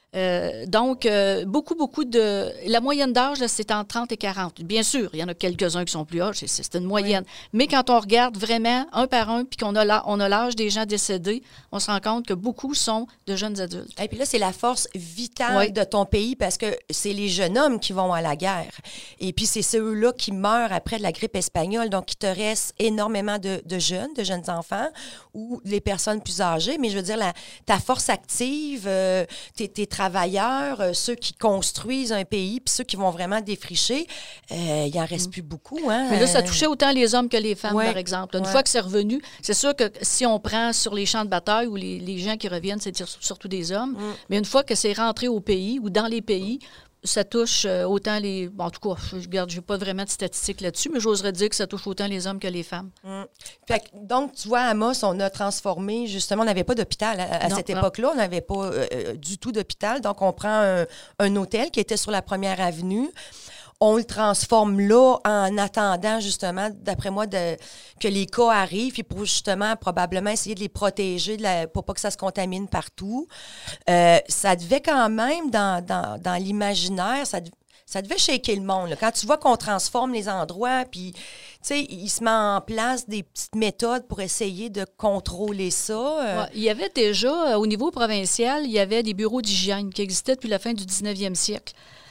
Donc, beaucoup de... La moyenne d'âge, là, c'est entre 30 et 40. Bien sûr, il y en a quelques-uns qui sont plus âgés, c'est une moyenne. Oui. Mais quand on regarde vraiment un par un, puis qu'on a l'âge des gens décédés, on se rend compte que beaucoup sont de jeunes adultes. Et puis là, c'est la force vitale de ton pays parce que c'est les jeunes hommes qui vont à la guerre. Et puis, c'est ceux-là qui meurent après de la grippe espagnole. Donc, il te reste énormément de jeunes enfants ou les personnes plus âgées. Mais je veux dire, ta force active, tes travailleurs, ceux qui construisent un pays, puis ceux qui vont vraiment défricher, il n'en reste plus beaucoup. Hein? Mais là, ça touchait autant les hommes que les femmes, par exemple. Une fois que c'est revenu, c'est sûr que si on prend sur les champs de bataille où les gens qui reviennent, c'est surtout des hommes, mais une fois que c'est rentré au pays ou dans les pays, ça touche autant les... Bon, en tout cas, je n'ai pas vraiment de statistiques là-dessus, mais j'oserais dire que ça touche autant les hommes que les femmes. Fait que, donc, tu vois, à Amos, on a transformé, justement, on n'avait pas d'hôpital à cette époque-là. On n'avait pas du tout d'hôpital. Donc, on prend un hôtel qui était sur la Première Avenue. On le transforme là en attendant, justement, d'après moi, que les cas arrivent, puis pour justement, probablement essayer de les protéger pour pas que ça se contamine partout. Ça devait quand même, dans l'imaginaire, ça devait shaker le monde. Là. Quand tu vois qu'on transforme les endroits, puis, tu sais, il se met en place des petites méthodes pour essayer de contrôler ça. Il y avait déjà, au niveau provincial, il y avait des bureaux d'hygiène qui existaient depuis la fin du 19e siècle.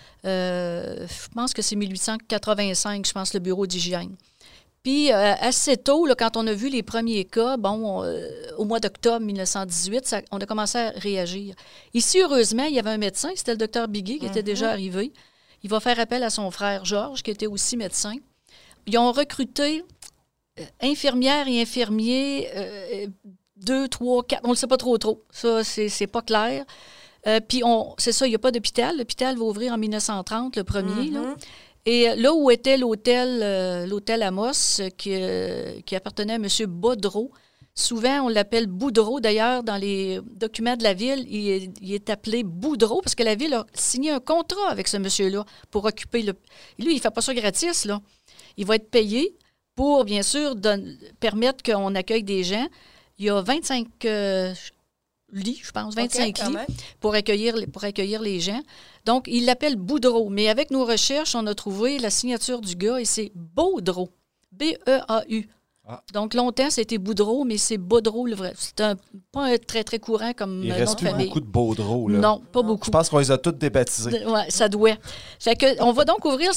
Je pense que c'est 1885, je pense, le bureau d'hygiène. Puis, assez tôt, là, quand on a vu les premiers cas, au mois d'octobre 1918, on a commencé à réagir. Ici, heureusement, il y avait un médecin, c'était le docteur Biguet, qui était déjà arrivé. Il va faire appel à son frère Georges, qui était aussi médecin. Ils ont recruté infirmières et infirmiers, 2, 3, 4, on ne le sait pas trop. Ça, c'est pas clair. Puis, c'est ça, il n'y a pas d'hôpital. L'hôpital va ouvrir en 1930, le premier. Là. Et là où était l'hôtel Amos, qui appartenait à M. Baudreau, souvent, on l'appelle Boudreau. D'ailleurs, dans les documents de la ville, il est appelé Boudreau parce que la ville a signé un contrat avec ce monsieur-là pour occuper le... Lui, il ne fait pas ça gratis, là. Il va être payé pour, bien sûr, permettre qu'on accueille des gens. Il y a 25... lits, je pense, 25 lits pour accueillir les gens. Donc, il l'appelle Boudreau. Mais avec nos recherches, on a trouvé la signature du gars et c'est Baudreau. B-E-A-U. Ah. Donc, longtemps, c'était Boudreau, mais c'est Baudreau, le vrai. C'est pas un très, très courant comme nom de famille. Il reste plus beaucoup de Baudreau, là. Non, pas beaucoup. Je pense qu'on les a tous débaptisés. Oui, ça doit. Fait que, on va donc ouvrir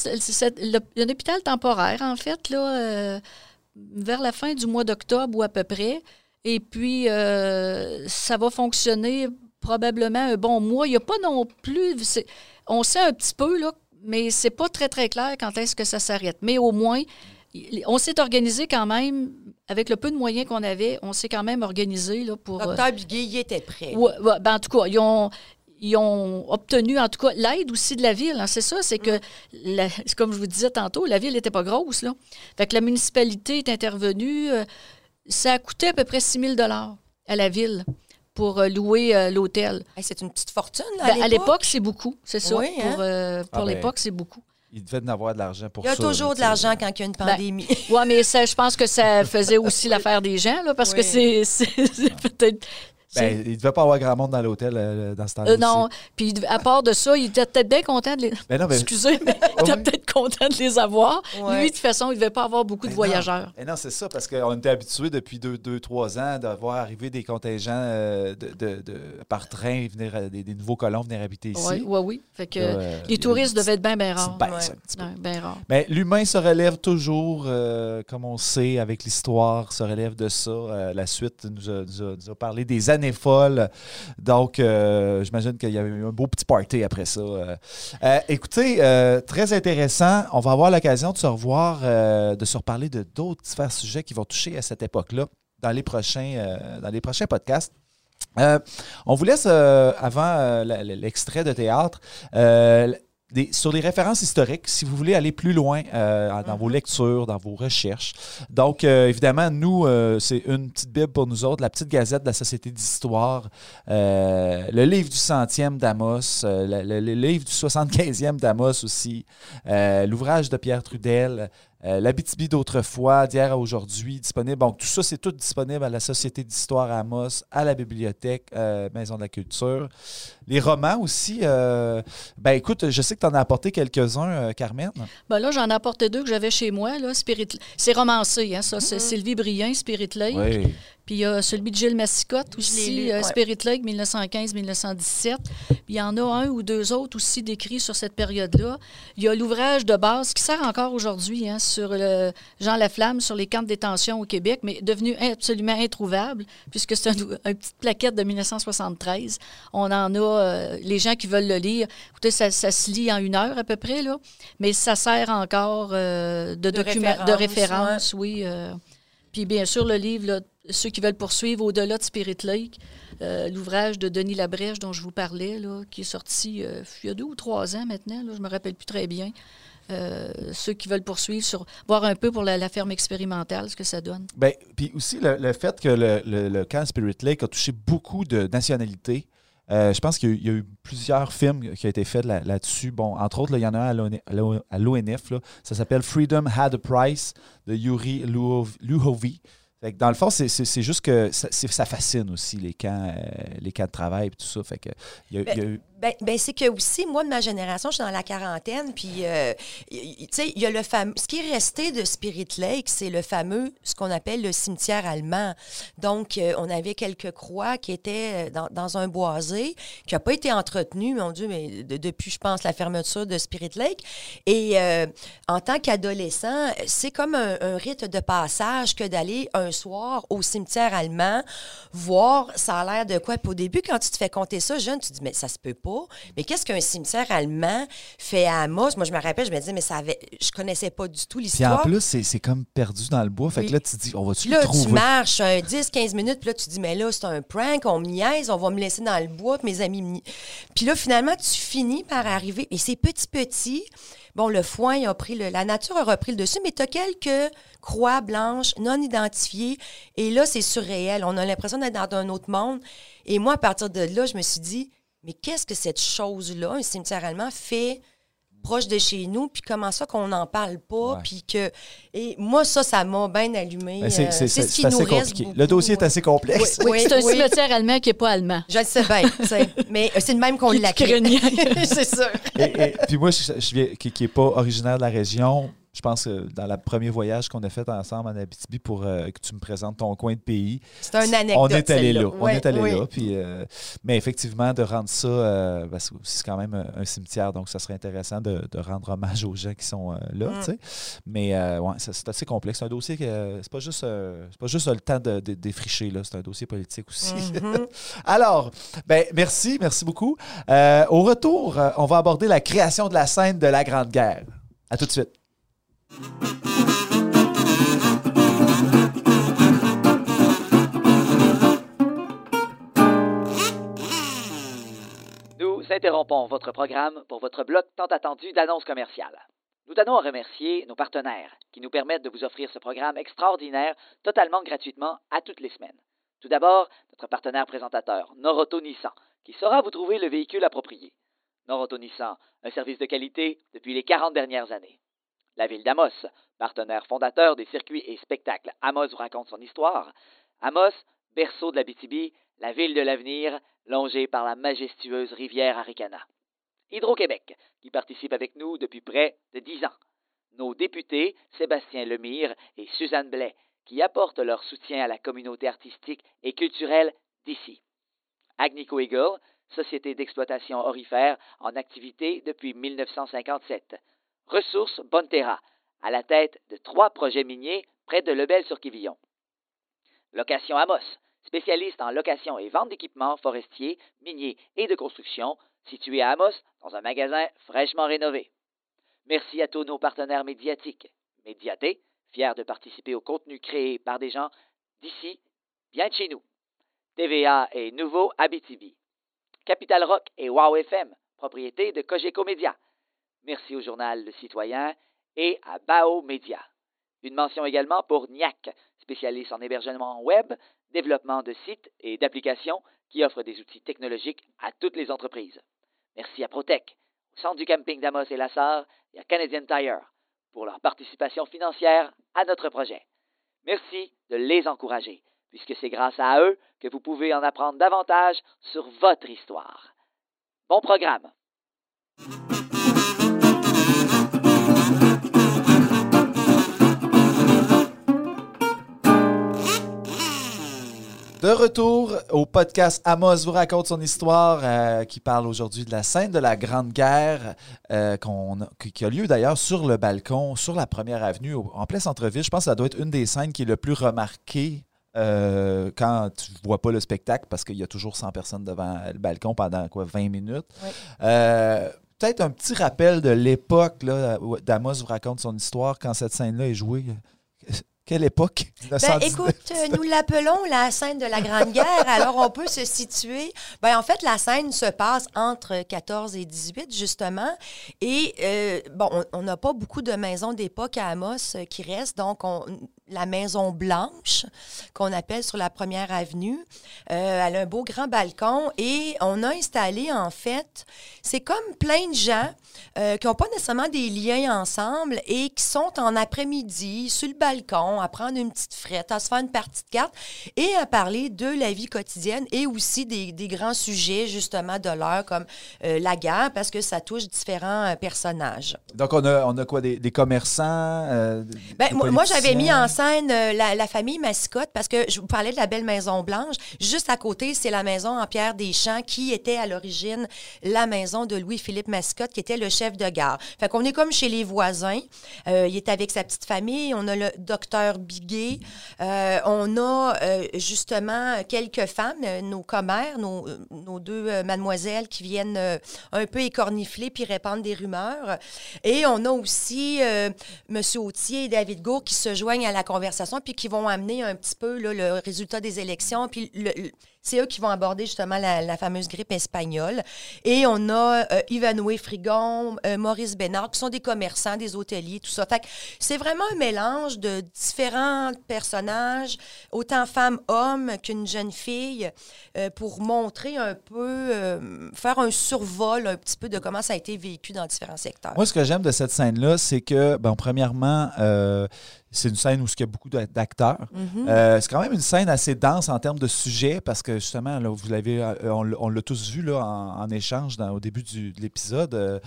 un hôpital temporaire, en fait, là, vers la fin du mois d'octobre ou à peu près. Et puis, ça va fonctionner probablement un bon mois. Il n'y a pas non plus... On sait un petit peu, là, mais c'est pas très, très clair quand est-ce que ça s'arrête. Mais au moins, on s'est organisé quand même, avec le peu de moyens qu'on avait, on s'est quand même organisé là, pour... Docteur Biguet, il était prêt. En tout cas, ils ont obtenu, en tout cas, l'aide aussi de la ville. Hein, c'est ça, c'est que, comme je vous disais tantôt, la ville n'était pas grosse. Là. Fait que la municipalité est intervenue... ça a coûté à peu près 6 000 $ à la ville pour louer l'hôtel. Hey, c'est une petite fortune, là, à l'époque? À l'époque, c'est beaucoup, c'est ça. Oui, pour l'époque, c'est beaucoup. Il devait en avoir de l'argent pour ça. Il y a toujours de l'argent quand il y a une pandémie. Oui, mais ça, je pense que ça faisait aussi l'affaire des gens, là, parce que c'est peut-être... Ben, il ne devait pas avoir grand monde dans l'hôtel dans ce temps-là. Non, puis à part de ça, il était peut-être bien content de les... Excusez, mais il était peut-être content de les avoir. Ouais. Lui, de toute façon, il ne devait pas avoir beaucoup de voyageurs. Non, c'est ça, parce qu'on était habitués depuis 2-3 ans de voir arriver des contingents par train, des nouveaux colons venir habiter ici. Oui. Fait que les touristes devaient être bien rares. Bien rare. Mais l'humain se relève toujours, comme on sait, avec l'histoire, se relève de ça. La suite nous a parlé des années folles. Donc, j'imagine qu'il y avait eu un beau petit party après ça. Écoutez, très intéressant. On va avoir l'occasion de se revoir, de se reparler de d'autres divers sujets qui vont toucher à cette époque-là dans les prochains podcasts. On vous laisse, avant l'extrait de théâtre, sur les références historiques, si vous voulez aller plus loin dans vos lectures, dans vos recherches. Donc, évidemment, nous, c'est une petite bible pour nous autres, la petite gazette de la Société d'histoire, le livre du 100e d'Amos, le livre du 75e d'Amos aussi, l'ouvrage de Pierre Trudel, l'Abitibi d'autrefois, d'hier à aujourd'hui, disponible. Donc, tout ça, c'est tout disponible à la Société d'histoire à Amos, à la bibliothèque, Maison de la culture. Les romans aussi. Ben écoute, je sais que tu en as apporté quelques-uns, Carmen. Ben là, j'en ai apporté 2 que j'avais chez moi. Là, c'est romancé, hein, ça. C'est Sylvie Brien, Spirit Lake. Oui. Puis il y a celui de Gilles Massicotte aussi, lu, ouais. Spirit Lake, 1915-1917. Puis il y en a 1 ou 2 autres aussi décrits sur cette période-là. Il y a l'ouvrage de base qui sert encore aujourd'hui, hein, sur Jean Laflamme, sur les camps de détention au Québec, mais devenu absolument introuvable, puisque c'est une petite plaquette de 1973. On en a, les gens qui veulent le lire, écoutez, ça se lit en 1 heure à peu près, là, mais ça sert encore de référence, oui. Puis bien sûr, le livre, là, ceux qui veulent poursuivre au-delà de Spirit Lake, l'ouvrage de Denis Labrèche dont je vous parlais, là, qui est sorti il y a 2 ou 3 ans maintenant, là, je ne me rappelle plus très bien. Ceux qui veulent poursuivre, voir un peu pour la ferme expérimentale, ce que ça donne. Bien, puis aussi le fait que le camp Spirit Lake a touché beaucoup de nationalités. Je pense qu'il y a eu plusieurs films qui ont été faits là-dessus. Bon, entre autres, il y en a un à l'ONF. Là, ça s'appelle Freedom Had a Price de Yuri Luhovy. Fait que dans le fond, c'est juste que ça fascine aussi les camps de travail et tout ça. Fait que il y a eu... c'est que aussi, moi, de ma génération, je suis dans la quarantaine, puis, tu sais, il y a le fameux... Ce qui est resté de Spirit Lake, c'est le fameux, ce qu'on appelle le cimetière allemand. Donc, on avait quelques croix qui étaient dans un boisé, qui n'a pas été entretenu, mon Dieu, mais depuis, je pense, la fermeture de Spirit Lake. Et en tant qu'adolescent, c'est comme un rite de passage que d'aller un soir au cimetière allemand, voir, ça a l'air de quoi. Puis au début, quand tu te fais compter ça, jeune, tu te dis, mais ça se peut pas. Mais qu'est-ce qu'un cimetière allemand fait à Amos? Moi, je me rappelle, je me disais, mais je connaissais pas du tout l'histoire. Puis en plus, c'est comme perdu dans le bois. Fait que là, tu te dis, on va-tu le là, trouver? Tu marches 10-15 minutes, puis là, tu te dis, mais là, c'est un prank, on me niaise, on va me laisser dans le bois, puis mes amis me... Puis là, finalement, tu finis par arriver. Et c'est petit. Bon, le foin a pris la nature a repris le dessus, mais tu as quelques croix blanches non identifiées. Et là, c'est surréel. On a l'impression d'être dans un autre monde. Et moi, à partir de là, je me suis dit, mais qu'est-ce que cette chose-là, un cimetière allemand, fait proche de chez nous, puis comment ça qu'on n'en parle pas, Ouais. puis que... Et moi, ça m'a bien allumé. Ben, c'est ce qui nous assez reste compliqué. beaucoup. Le dossier est assez complexe. Oui, C'est un cimetière allemand qui n'est pas allemand. Je le sais bien, tu sais. Mais c'est le même qu'on Qui l'a craignait. C'est ça. Et puis moi, je viens, qui n'est pas originaire de la région, je pense que dans le premier voyage qu'on a fait ensemble en Abitibi pour que tu me présentes ton coin de pays, C'est un anecdote. on est allé là. On Oui, est allé oui. là. Puis, mais effectivement, de rendre ça, c'est quand même un cimetière, donc ça serait intéressant de rendre hommage aux gens qui sont là. Tu sais. Mais ouais, c'est assez complexe. C'est un dossier que c'est pas juste le temps de défricher. Là. C'est un dossier politique aussi. Alors, merci beaucoup. Au retour, on va aborder la création de la scène de la Grande Guerre. À tout de suite. Nous interrompons votre programme pour votre bloc tant attendu d'annonces commerciales. Nous tenons à remercier nos partenaires qui nous permettent de vous offrir ce programme extraordinaire totalement gratuitement à toutes les semaines. Tout d'abord, notre partenaire présentateur, Noroto Nissan, qui saura vous trouver le véhicule approprié. Noroto Nissan, un service de qualité depuis les 40 dernières années. La ville d'Amos, partenaire fondateur des circuits et spectacles Amos vous raconte son histoire. Amos, berceau de l'Abitibi, la ville de l'avenir, longée par la majestueuse rivière Arikana. Hydro-Québec, qui participe avec nous depuis près de 10 ans. Nos députés, Sébastien Lemire et Suzanne Blais, qui apportent leur soutien à la communauté artistique et culturelle d'ici. Agnico Eagle, société d'exploitation aurifère en activité depuis 1957. Ressources Bonterra, à la tête de 3 projets miniers près de Lebel-sur-Quivillon. Location Amos, spécialiste en location et vente d'équipements forestiers, miniers et de construction, situé à Amos dans un magasin fraîchement rénové. Merci à tous nos partenaires médiatiques. Médiaté, fier de participer au contenu créé par des gens d'ici, bien de chez nous. TVA et Nouveau Abitibi. Capital Rock et Wow FM, propriété de Cogeco Média. Merci au journal Le Citoyen et à Bao Média. Une mention également pour NIAC, spécialiste en hébergement web, développement de sites et d'applications qui offre des outils technologiques à toutes les entreprises. Merci à Protec. Au centre du camping d'Amos et Lassar, il y a Canadian Tire. pour leur participation financière à notre projet. Merci de les encourager, puisque c'est grâce à eux que vous pouvez en apprendre davantage sur votre histoire. Bon programme! De retour au podcast Amos vous raconte son histoire qui parle aujourd'hui de la scène de la Grande Guerre qui a lieu d'ailleurs sur le balcon, sur la Première Avenue, en plein centre-ville. Je pense que ça doit être une des scènes qui est le plus remarquée quand tu ne vois pas le spectacle parce qu'il y a toujours 100 personnes devant le balcon pendant 20 minutes. Oui. Peut-être un petit rappel de l'époque d'Amos vous raconte son histoire quand cette scène-là est jouée. Quelle époque? Écoute, nous l'appelons la scène de la Grande Guerre. Alors, on peut se situer. En fait, la scène se passe entre 14 et 18, justement. Et, on n'a pas beaucoup de maisons d'époque à Amos qui restent. Donc, la Maison Blanche, qu'on appelle sur la Première Avenue, elle a un beau grand balcon. Et on a installé, en fait, c'est comme plein de gens qui n'ont pas nécessairement des liens ensemble et qui sont en après-midi sur le balcon à prendre une petite frette, à se faire une partie de cartes et à parler de la vie quotidienne et aussi des grands sujets, justement, de l'heure, comme la guerre, parce que ça touche différents personnages. Donc, on a quoi? Des commerçants? Moi, j'avais mis en scène la famille Mascotte, parce que je vous parlais de la belle Maison Blanche. Juste à côté, c'est la maison en pierre des Champs qui était à l'origine la maison de Louis-Philippe Mascotte, qui était le chef de gare. Fait qu'on est comme chez les voisins. Il est avec sa petite famille. On a le docteur Biguet. On a justement quelques femmes, nos commères, nos deux mademoiselles qui viennent un peu écornifler puis répandre des rumeurs. Et on a aussi M. Autier et David Gourde qui se joignent à la conversation puis qui vont amener un petit peu là, le résultat des élections. Puis c'est eux qui vont aborder justement la fameuse grippe espagnole. Et on a Ivanhoe Frigon, Maurice Bénard, qui sont des commerçants, des hôteliers, tout ça. Fait que c'est vraiment un mélange de différents personnages, autant femmes, hommes qu'une jeune fille, pour montrer un peu, faire un survol un petit peu de comment ça a été vécu dans différents secteurs. Moi, ce que j'aime de cette scène-là, c'est que, premièrement, c'est une scène où il y a beaucoup d'acteurs. Mm-hmm. C'est quand même une scène assez dense en termes de sujet parce que, justement, là, vous l'avez, on l'a tous vu là, en échange au début de l'épisode.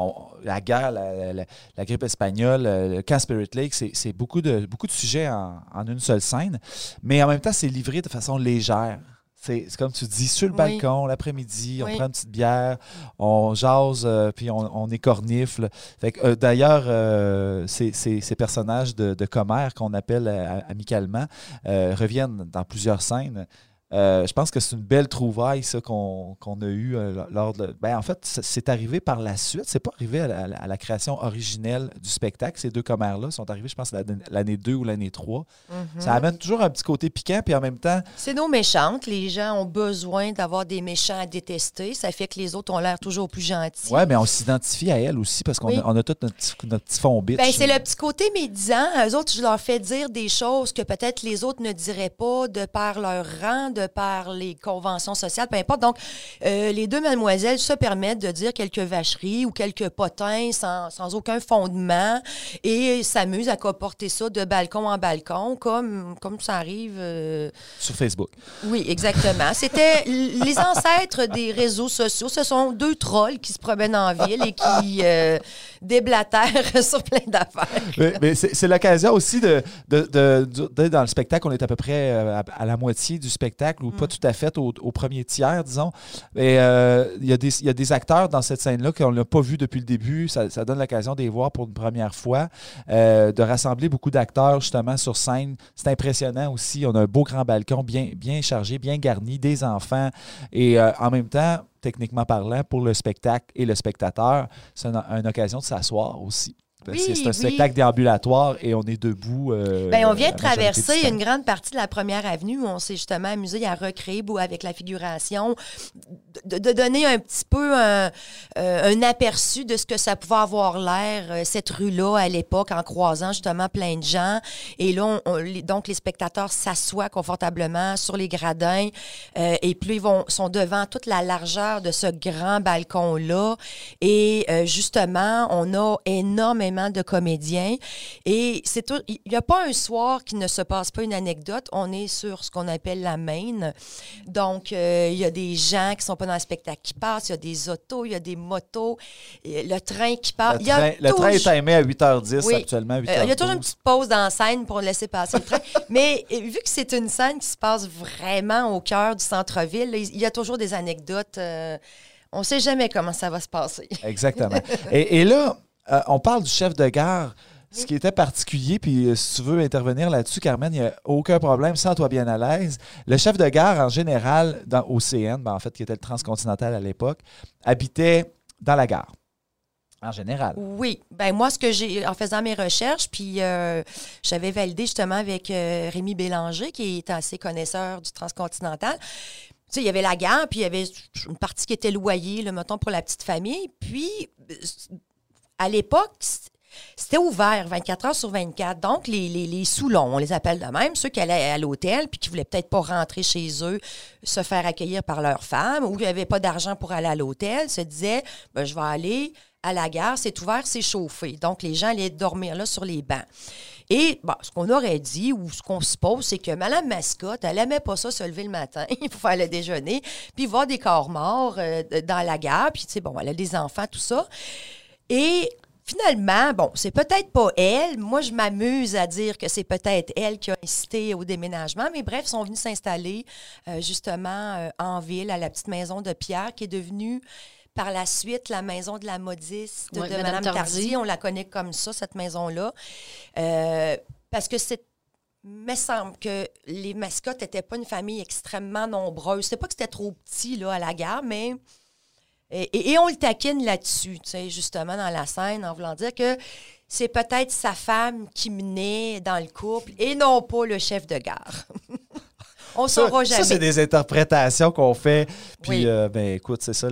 La guerre, la grippe espagnole, le camp Spirit Lake, c'est beaucoup de sujets en une seule scène. Mais en même temps, c'est livré de façon légère. C'est comme tu dis, sur le balcon, l'après-midi, on prend une petite bière, on jase, puis on écornifle. Fait que, d'ailleurs, ces personnages de commères qu'on appelle amicalement reviennent dans plusieurs scènes. Je pense que c'est une belle trouvaille, ça, qu'on a eue lors de... en fait, c'est arrivé par la suite. C'est pas arrivé à la création originelle du spectacle. Ces deux commères-là sont arrivées, je pense, l'année 2 ou l'année 3. Mm-hmm. Ça amène toujours un petit côté piquant, puis en même temps... C'est nos méchantes. Les gens ont besoin d'avoir des méchants à détester. Ça fait que les autres ont l'air toujours plus gentils. Oui, mais on s'identifie à elles aussi, parce qu'on a tout notre petit fond bitch. C'est le petit côté médisant. Eux autres, je leur fais dire des choses que peut-être les autres ne diraient pas de par leur rang, de par les conventions sociales, peu importe. Donc, les deux mademoiselles se permettent de dire quelques vacheries ou quelques potins sans aucun fondement et s'amusent à comporter ça de balcon en balcon, comme ça arrive... Sur Facebook. Oui, exactement. C'était les ancêtres des réseaux sociaux. Ce sont deux trolls qui se promènent en ville et qui déblatèrent sur plein d'affaires. Mais c'est l'occasion aussi de dans le spectacle, on est à peu près à la moitié du spectacle, ou pas tout à fait, au premier tiers, disons. Et il y a des acteurs dans cette scène-là qu'on n'a pas vu depuis le début. Ça donne l'occasion de les voir pour une première fois, de rassembler beaucoup d'acteurs justement sur scène. C'est impressionnant aussi. On a un beau grand balcon bien chargé, bien garni, des enfants. Et en même temps, techniquement parlant, pour le spectacle et le spectateur, c'est une occasion de s'asseoir aussi. C'est un spectacle déambulatoire et on est debout. On vient de traverser une grande partie de la Première Avenue où on s'est justement amusé à recréer avec la figuration de donner un petit peu un aperçu de ce que ça pouvait avoir l'air, cette rue-là, à l'époque, en croisant justement plein de gens. Et là, donc, les spectateurs s'assoient confortablement sur les gradins et puis sont devant toute la largeur de ce grand balcon-là. Et justement, on a énormément de comédiens. Et il n'y a pas un soir qui ne se passe pas une anecdote. On est sur ce qu'on appelle la Main. Donc, il y a des gens qui sont pas dans le spectacle qui passent, il y a des autos, il y a des motos, le train qui passe. Le train est timé à 8h10 Oui. actuellement, 8h12. Il y a toujours une petite pause dans la scène pour laisser passer le train. Mais vu que c'est une scène qui se passe vraiment au cœur du centre-ville, là, il y a toujours des anecdotes. On ne sait jamais comment ça va se passer. Exactement. Et là, on parle du chef de gare. Ce qui était particulier, puis si tu veux intervenir là-dessus, Carmen, il n'y a aucun problème, sens-toi bien à l'aise. Le chef de gare, en général, au CN, en fait, qui était le Transcontinental à l'époque, habitait dans la gare, en général. Oui. Ben moi, ce que j'ai, en faisant mes recherches, puis j'avais validé justement avec Rémi Bélanger, qui est assez connaisseur du Transcontinental. Tu sais, il y avait la gare, puis il y avait une partie qui était loyée, là, mettons, pour la petite famille. Puis, à l'époque, c'était ouvert 24 heures sur 24. Donc, les sous-longs, on les appelle de même, ceux qui allaient à l'hôtel puis qui ne voulaient peut-être pas rentrer chez eux, se faire accueillir par leur femme ou qui n'avaient pas d'argent pour aller à l'hôtel, se disaient je vais aller à la gare, c'est ouvert, c'est chauffé. Donc, les gens allaient dormir là sur les bancs. Et ce qu'on aurait dit ou ce qu'on suppose, c'est que Mme Mascotte, elle n'aimait pas ça se lever le matin pour faire le déjeuner, puis voir des corps morts dans la gare, puis tu sais, elle a des enfants, tout ça. Et finalement, c'est peut-être pas elle. Moi, je m'amuse à dire que c'est peut-être elle qui a incité au déménagement. Mais bref, ils sont venus s'installer justement en ville, à la petite maison de Pierre, qui est devenue par la suite la maison de la modiste de Mme Tardy. On la connaît comme ça, cette maison-là. Parce que il me semble que les Mascottes n'étaient pas une famille extrêmement nombreuse. C'est pas que c'était trop petit là, à la gare, mais... Et on le taquine là-dessus, tu sais, justement, dans la scène, en voulant dire que c'est peut-être sa femme qui menait dans le couple et non pas le chef de gare. On ne saura jamais. Ça, c'est des interprétations qu'on fait. Puis, Oui. Écoute, c'est ça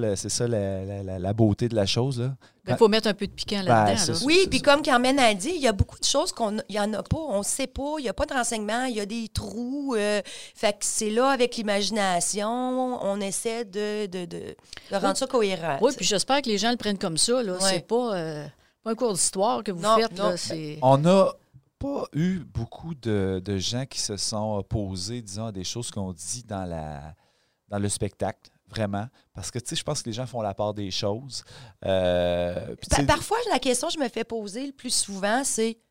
la beauté de la chose, là. Il faut mettre un peu de piquant là-dedans. Là. Oui, puis comme Carmen a dit, il y a beaucoup de choses qu'il n'y en a pas, on ne sait pas, il n'y a pas de renseignements, il y a des trous. Fait que c'est là, avec l'imagination, on essaie de rendre ça cohérent. Oui, puis j'espère que les gens le prennent comme ça. Là. Ouais. C'est pas un cours d'histoire que vous faites. Non. Là, c'est... On n'a pas eu beaucoup de gens qui se sont opposés, disons, à des choses qu'on dit dans le spectacle. Vraiment. Parce que, tu sais, je pense que les gens font la part des choses. Parfois, la question que je me fais poser le plus souvent, c'est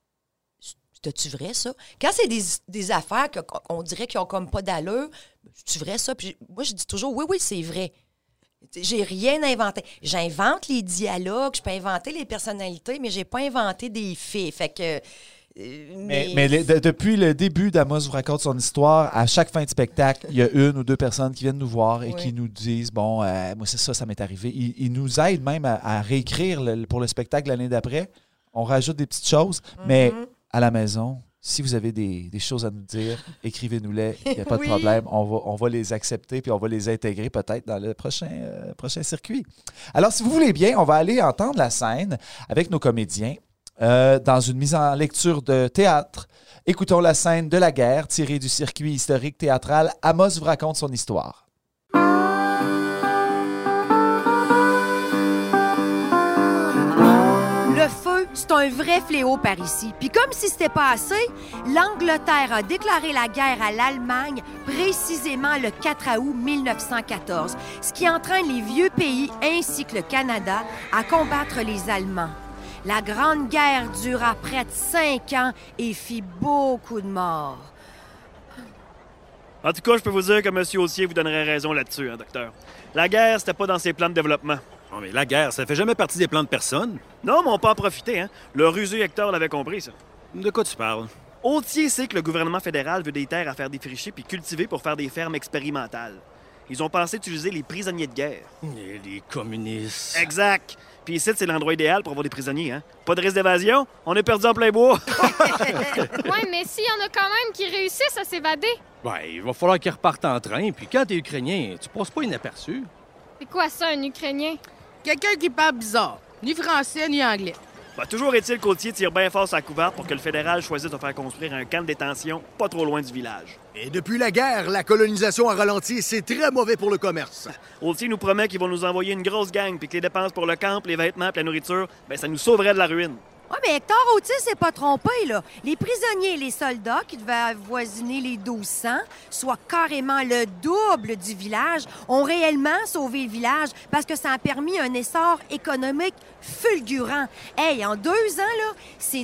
« c'est-tu vrai, ça? » Quand c'est des affaires qu'on dirait qu'ils n'ont comme pas d'allure, c'est-tu vrai, ça? Puis moi, je dis toujours « oui, c'est vrai. » J'ai rien inventé. J'invente les dialogues, je peux inventer les personnalités, mais j'ai pas inventé des faits. Fait que... depuis le début d'Amos vous raconte son histoire, à chaque fin de spectacle, il y a une ou deux personnes qui viennent nous voir et qui nous disent moi c'est ça m'est arrivé. Ils nous aident même à réécrire pour le spectacle l'année d'après. On rajoute des petites choses, mais à la maison, si vous avez des choses à nous dire, écrivez-nous-les, il n'y a pas de problème. On va les accepter puis on va les intégrer peut-être dans le prochain circuit. Alors, si vous voulez bien, on va aller entendre la scène avec nos comédiens. Dans une mise en lecture de théâtre. Écoutons la scène de la guerre tirée du circuit historique théâtral. Amos vous raconte son histoire. Le feu, c'est un vrai fléau par ici. Puis comme si c'était pas assez, l'Angleterre a déclaré la guerre à l'Allemagne précisément le 4 août 1914, ce qui entraîne les vieux pays ainsi que le Canada à combattre les Allemands. La Grande Guerre dura près de 5 ans et fit beaucoup de morts. En tout cas, je peux vous dire que M. Haussier vous donnerait raison là-dessus, docteur. La guerre, c'était pas dans ses plans de développement. Non, mais la guerre, ça fait jamais partie des plans de personne. Non, mais on peut en profiter, hein. Le rusé Hector l'avait compris, ça. De quoi tu parles? Haussier sait que le gouvernement fédéral veut des terres à faire défricher puis cultiver pour faire des fermes expérimentales. Ils ont pensé utiliser les prisonniers de guerre. Et les communistes. Exact. Puis ici, c'est l'endroit idéal pour avoir des prisonniers, hein. Pas de risque d'évasion, on est perdu en plein bois. Ouais, mais s'il y en a quand même qui réussissent à s'évader. Ouais, il va falloir qu'ils repartent en train, puis quand t'es Ukrainien, tu passes pas inaperçu. C'est quoi ça, un Ukrainien? Quelqu'un qui parle bizarre. Ni français, ni anglais. Bah, toujours est-il qu'Aultier tire bien fort sa couverte pour que le fédéral choisisse de faire construire un camp de détention pas trop loin du village. Et depuis la guerre, la colonisation a ralenti et c'est très mauvais pour le commerce. Aultier nous promet qu'ils vont nous envoyer une grosse gang puis que les dépenses pour le camp, les vêtements et la nourriture, ben ça nous sauverait de la ruine. Oui, mais Hector Autier s'est pas trompé, là. Les prisonniers et les soldats, qui devaient avoisiner les 1200, soit carrément le double du village, ont réellement sauvé le village parce que ça a permis un essor économique fulgurant. Hey, en 2 ans, là, c'est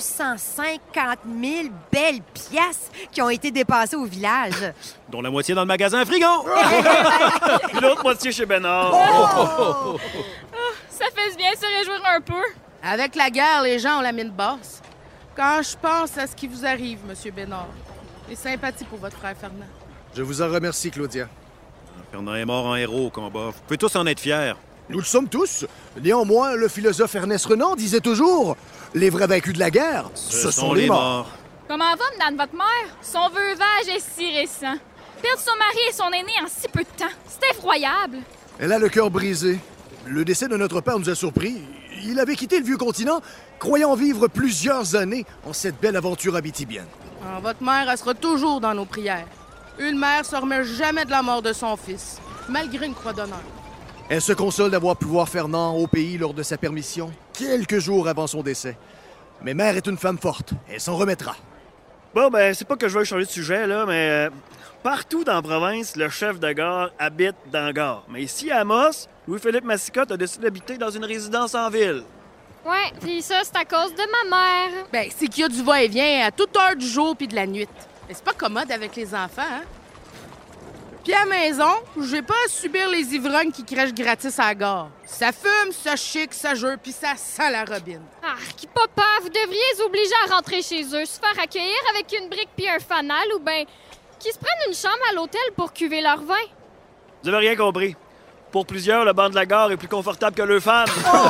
250 000 belles pièces qui ont été dépassées au village. Dont la moitié dans le magasin Frigon! Puis l'autre moitié chez Bénard. Oh, ça fait bien se réjouir un peu. Avec la guerre, les gens ont la mine basse. Quand je pense à ce qui vous arrive, Monsieur Bénard, et sympathie pour votre frère Fernand. Je vous en remercie, Claudia. Fernand est mort en héros au combat. Vous pouvez tous en être fiers. Nous le sommes tous. Néanmoins, le philosophe Ernest Renan disait toujours « Les vrais vaincus de la guerre, ce sont les morts. » Comment va, madame votre mère? Son veuvage est si récent. Perdre son mari et son aîné en si peu de temps, c'est effroyable. Elle a le cœur brisé. Le décès de notre père nous a surpris. Il avait quitté le vieux continent, croyant vivre plusieurs années en cette belle aventure abitibienne. Alors, votre mère, elle sera toujours dans nos prières. Une mère se remet jamais de la mort de son fils, malgré une croix d'honneur. Elle se console d'avoir pu voir Fernand au pays lors de sa permission, quelques jours avant son décès. Mais mère est une femme forte. Elle s'en remettra. Bon, ben, c'est pas que je veux changer de sujet, là, mais partout dans la province, le chef de gare habite dans la gare. Mais ici, à Amos, Louis-Philippe Massicotte a décidé d'habiter dans une résidence en ville. Ouais, puis ça, c'est à cause de ma mère. Ben, c'est qu'il y a du va-et-vient à toute heure du jour puis de la nuit. Mais c'est pas commode avec les enfants, hein? Puis à la maison, j'ai pas à subir les ivrognes qui crèchent gratis à la gare. Ça fume, ça chic, ça jure, puis ça sent la robine. Ah, qui papa, vous devriez les obliger à rentrer chez eux, se faire accueillir avec une brique puis un fanal, ou ben qu'ils se prennent une chambre à l'hôtel pour cuver leur vin. Vous avez rien compris. Pour plusieurs, le banc de la gare est plus confortable que le femme.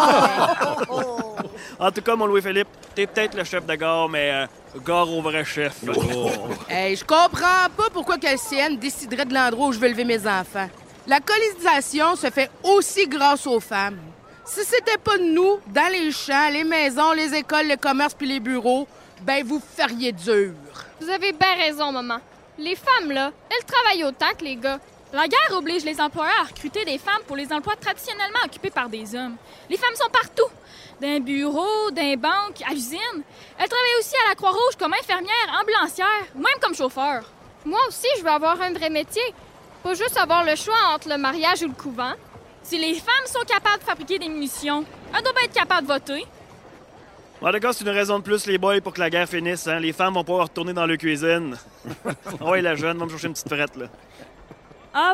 En tout cas, mon Louis-Philippe, t'es peut-être le chef de gare, mais gare au vrai chef. Hey, je comprends pas pourquoi que le CN déciderait de l'endroit où je veux lever mes enfants. La colonisation se fait aussi grâce aux femmes. Si c'était pas de nous, dans les champs, les maisons, les écoles, le commerce puis les bureaux, ben vous feriez dur. Vous avez bien raison, maman. Les femmes, là, elles travaillent autant que les gars. La guerre oblige les employeurs à recruter des femmes pour les emplois traditionnellement occupés par des hommes. Les femmes sont partout. D'un bureau, d'un banque, à l'usine. Elles travaillent aussi à la Croix-Rouge comme infirmière, ambulancière ou même comme chauffeur. Moi aussi, je veux avoir un vrai métier. Pas juste avoir le choix entre le mariage ou le couvent. Si les femmes sont capables de fabriquer des munitions, elles doivent être capables de voter. En tout cas, c'est une raison de plus, les boys, pour que la guerre finisse. Hein? Les femmes vont pouvoir retourner dans leur cuisine. Ouais, la jeune, va me chercher une petite frette, là. Ah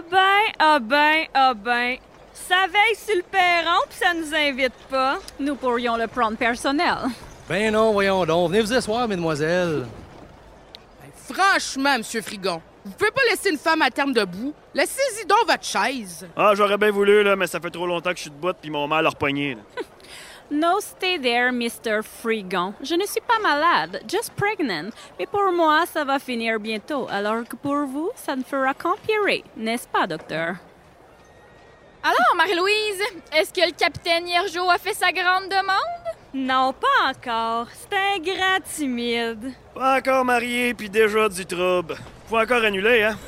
ben. Ça veille sur le perron puis ça nous invite pas. Nous pourrions le prendre personnel. Ben non, voyons donc. Venez vous asseoir, mesdemoiselles. Franchement, Monsieur Frigon, vous pouvez pas laisser une femme à terme debout. Laissez-y donc votre chaise. Ah, j'aurais bien voulu, là, mais ça fait trop longtemps que je suis debout puis mon mal a repogné. No, stay there, Mr. Frigon. Je ne suis pas malade, just pregnant. Mais pour moi, ça va finir bientôt, alors que pour vous, ça ne fera qu'empirer. N'est-ce pas, docteur? Alors, Marie-Louise, est-ce que le capitaine Hiergeau a fait sa grande demande? Non, pas encore. C'est un grand timide. Pas encore marié puis déjà du trouble. Faut encore annuler, hein?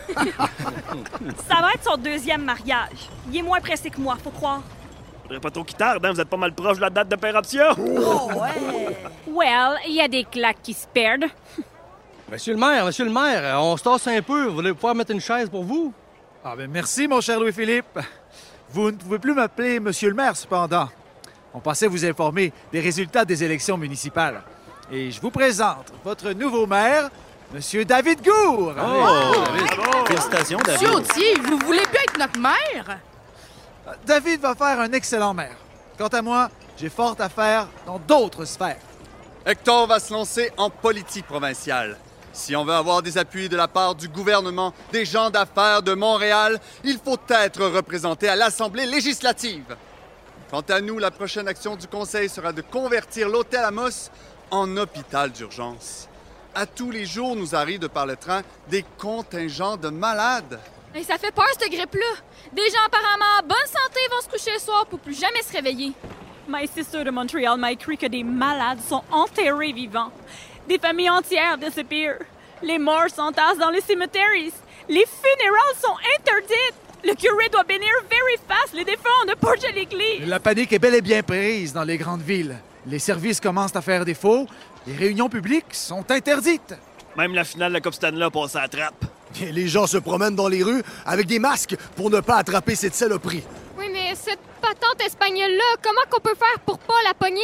Ça va être son 2e mariage. Il est moins pressé que moi, faut croire. Faudrait pas trop qu'il tarde, hein? Vous êtes pas mal proche de la date de péremption. Oh, ouais! Well, il y a des claques qui se perdent. Monsieur le maire, on se tasse un peu. Vous voulez pouvoir mettre une chaise pour vous? Ah ben merci, mon cher Louis-Philippe. Vous ne pouvez plus m'appeler Monsieur le maire, cependant. On pensait vous informer des résultats des élections municipales. Et je vous présente votre nouveau maire, Monsieur David Gour. David. Félicitations, David. Monsieur Autier, vous voulez plus être notre maire? David va faire un excellent maire. Quant à moi, j'ai fort à faire dans d'autres sphères. Hector va se lancer en politique provinciale. Si on veut avoir des appuis de la part du gouvernement, des gens d'affaires de Montréal, il faut être représenté à l'Assemblée législative. Quant à nous, la prochaine action du Conseil sera de convertir l'hôtel Amos en hôpital d'urgence. À tous les jours, nous arrivent de par le train des contingents de malades. Et ça fait peur, cette grippe-là. Des gens apparemment en bonne santé vont se coucher le soir pour plus jamais se réveiller. My sister de Montréal m'a écrit que des malades sont enterrés vivants. Des familles entières disappear. Les morts s'entassent dans les cimetières. Les funérailles sont interdites. Le curé doit bénir very fast les défunts de porter l'église. La panique est bel et bien prise dans les grandes villes. Les services commencent à faire défaut. Les réunions publiques sont interdites. Même la finale de la Coupe Stanley a passé à la trappe. Et les gens se promènent dans les rues avec des masques pour ne pas attraper cette saloperie. Oui, mais cette patente espagnole-là, comment qu'on peut faire pour pas la pogner?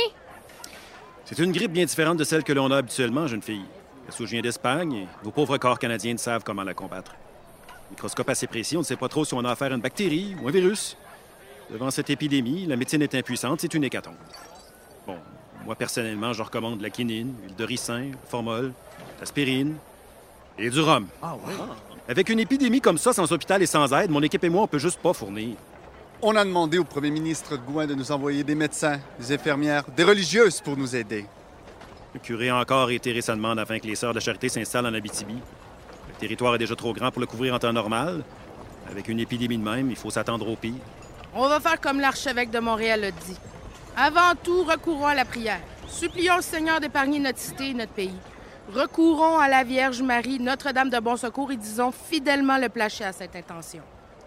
C'est une grippe bien différente de celle que l'on a habituellement, jeune fille. Elle souvient d'Espagne et nos pauvres corps canadiens savent comment la combattre. Microscope assez précis, on ne sait pas trop si on a affaire à une bactérie ou un virus. Devant cette épidémie, la médecine est impuissante, c'est une hécatombe. Bon, moi personnellement, je recommande la quinine, l'huile de ricin, le formol, l'aspirine et du rhum. Ah oui? Avec une épidémie comme ça, sans hôpital et sans aide, mon équipe et moi, on peut juste pas fournir. On a demandé au premier ministre Gouin de nous envoyer des médecins, des infirmières, des religieuses pour nous aider. Le curé a encore été récemment afin que les Sœurs de la Charité s'installent en Abitibi. Le territoire est déjà trop grand pour le couvrir en temps normal. Avec une épidémie de même, il faut s'attendre au pire. On va faire comme l'archevêque de Montréal l'a dit. Avant tout, recourons à la prière. Supplions le Seigneur d'épargner notre cité et notre pays. Recourons à la Vierge Marie, Notre-Dame de Bon Secours, et disons fidèlement le plaché à cette intention.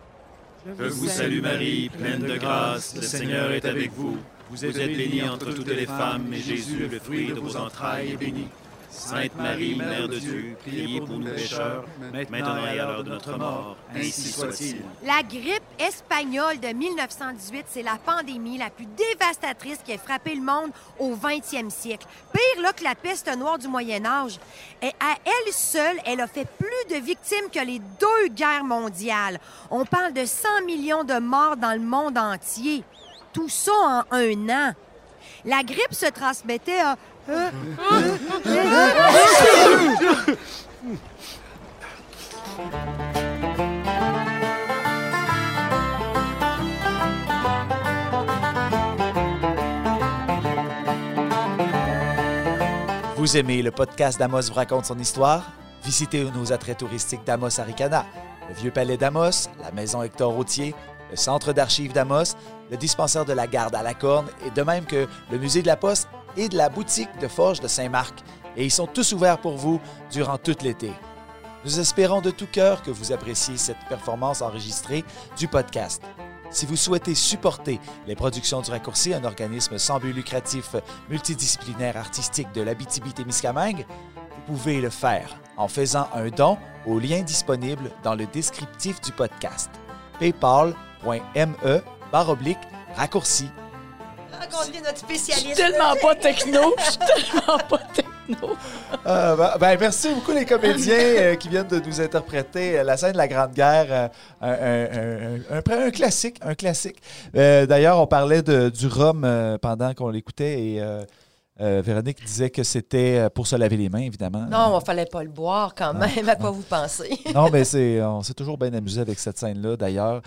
Je vous salue Marie, pleine de grâce, le Seigneur est avec vous. Vous êtes bénie entre toutes les femmes, et Jésus, le fruit de vos entrailles, est béni. Sainte Marie, Mère de Dieu, priez pour nous pécheurs, maintenant et à l'heure de notre mort. Ainsi soit-il. La grippe espagnole de 1918, c'est la pandémie la plus dévastatrice qui a frappé le monde au 20e siècle. Pire là, que la peste noire du Moyen Âge. Et à elle seule, elle a fait plus de victimes que les 2 guerres mondiales. On parle de 100 millions de morts dans le monde entier. Tout ça en 1 an. La grippe se transmettait à... Vous aimez le podcast d'Amos vous raconte son histoire? Visitez nos attraits touristiques d'Amos Arikana, le Vieux Palais d'Amos, la Maison Hector Routier, le Centre d'archives d'Amos, le dispensaire de la Garde à la Corne, et de même que le Musée de la Poste et de la boutique de Forges de Saint-Marc. Et ils sont tous ouverts pour vous durant tout l'été. Nous espérons de tout cœur que vous appréciez cette performance enregistrée du podcast. Si vous souhaitez supporter les productions du Raccourci, un organisme sans but lucratif multidisciplinaire artistique de l'Abitibi-Témiscamingue, vous pouvez le faire en faisant un don au lien disponible dans le descriptif du podcast. paypal.me/raccourci. Rencontrer notre spécialiste. Je suis tellement pas techno. Merci beaucoup les comédiens qui viennent de nous interpréter la scène de la Grande Guerre, un classique. D'ailleurs, on parlait du rhum pendant qu'on l'écoutait et Véronique disait que c'était pour se laver les mains, évidemment. Non, il ne fallait pas le boire quand même. À quoi vous pensez? Non, mais on s'est toujours bien amusé avec cette scène-là, d'ailleurs.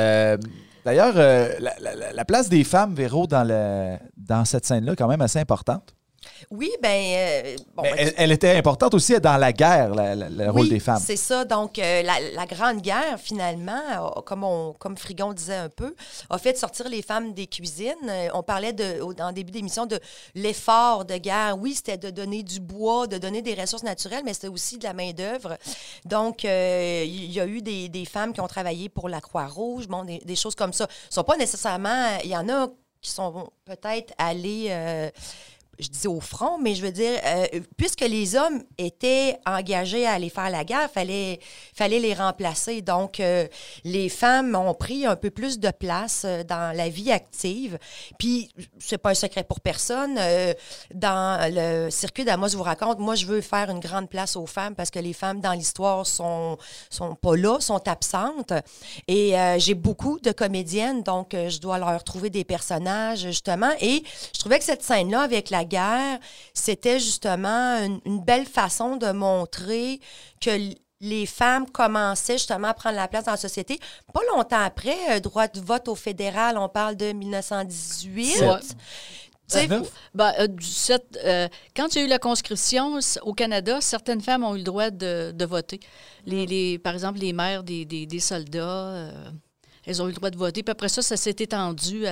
La place des femmes, Véro, dans cette scène-là, quand même assez importante. Oui, elle était importante aussi dans la guerre, le rôle des femmes. C'est ça. Donc, la Grande Guerre, finalement, comme Frigon disait un peu, a fait sortir les femmes des cuisines. On parlait en début d'émission de l'effort de guerre. Oui, c'était de donner du bois, de donner des ressources naturelles, mais c'était aussi de la main-d'œuvre. Donc, il y a eu des femmes qui ont travaillé pour la Croix-Rouge, des choses comme ça. Ce sont pas nécessairement... Il y en a qui sont peut-être allées... je disais au front, mais je veux dire, puisque les hommes étaient engagés à aller faire la guerre, fallait les remplacer. Donc, les femmes ont pris un peu plus de place dans la vie active. Puis, c'est pas un secret pour personne. Dans le circuit d'Amos vous raconte, moi, je veux faire une grande place aux femmes parce que les femmes dans l'histoire sont pas là, sont absentes. Et j'ai beaucoup de comédiennes, donc je dois leur trouver des personnages, justement. Et je trouvais que cette scène-là, avec la guerre, c'était justement une belle façon de montrer que les femmes commençaient justement à prendre la place dans la société. Pas longtemps après, droit de vote au fédéral, on parle de 1918. Quand il y a eu la conscription au Canada, certaines femmes ont eu le droit de voter. Par exemple, les mères des soldats, elles ont eu le droit de voter. Puis après ça s'est étendu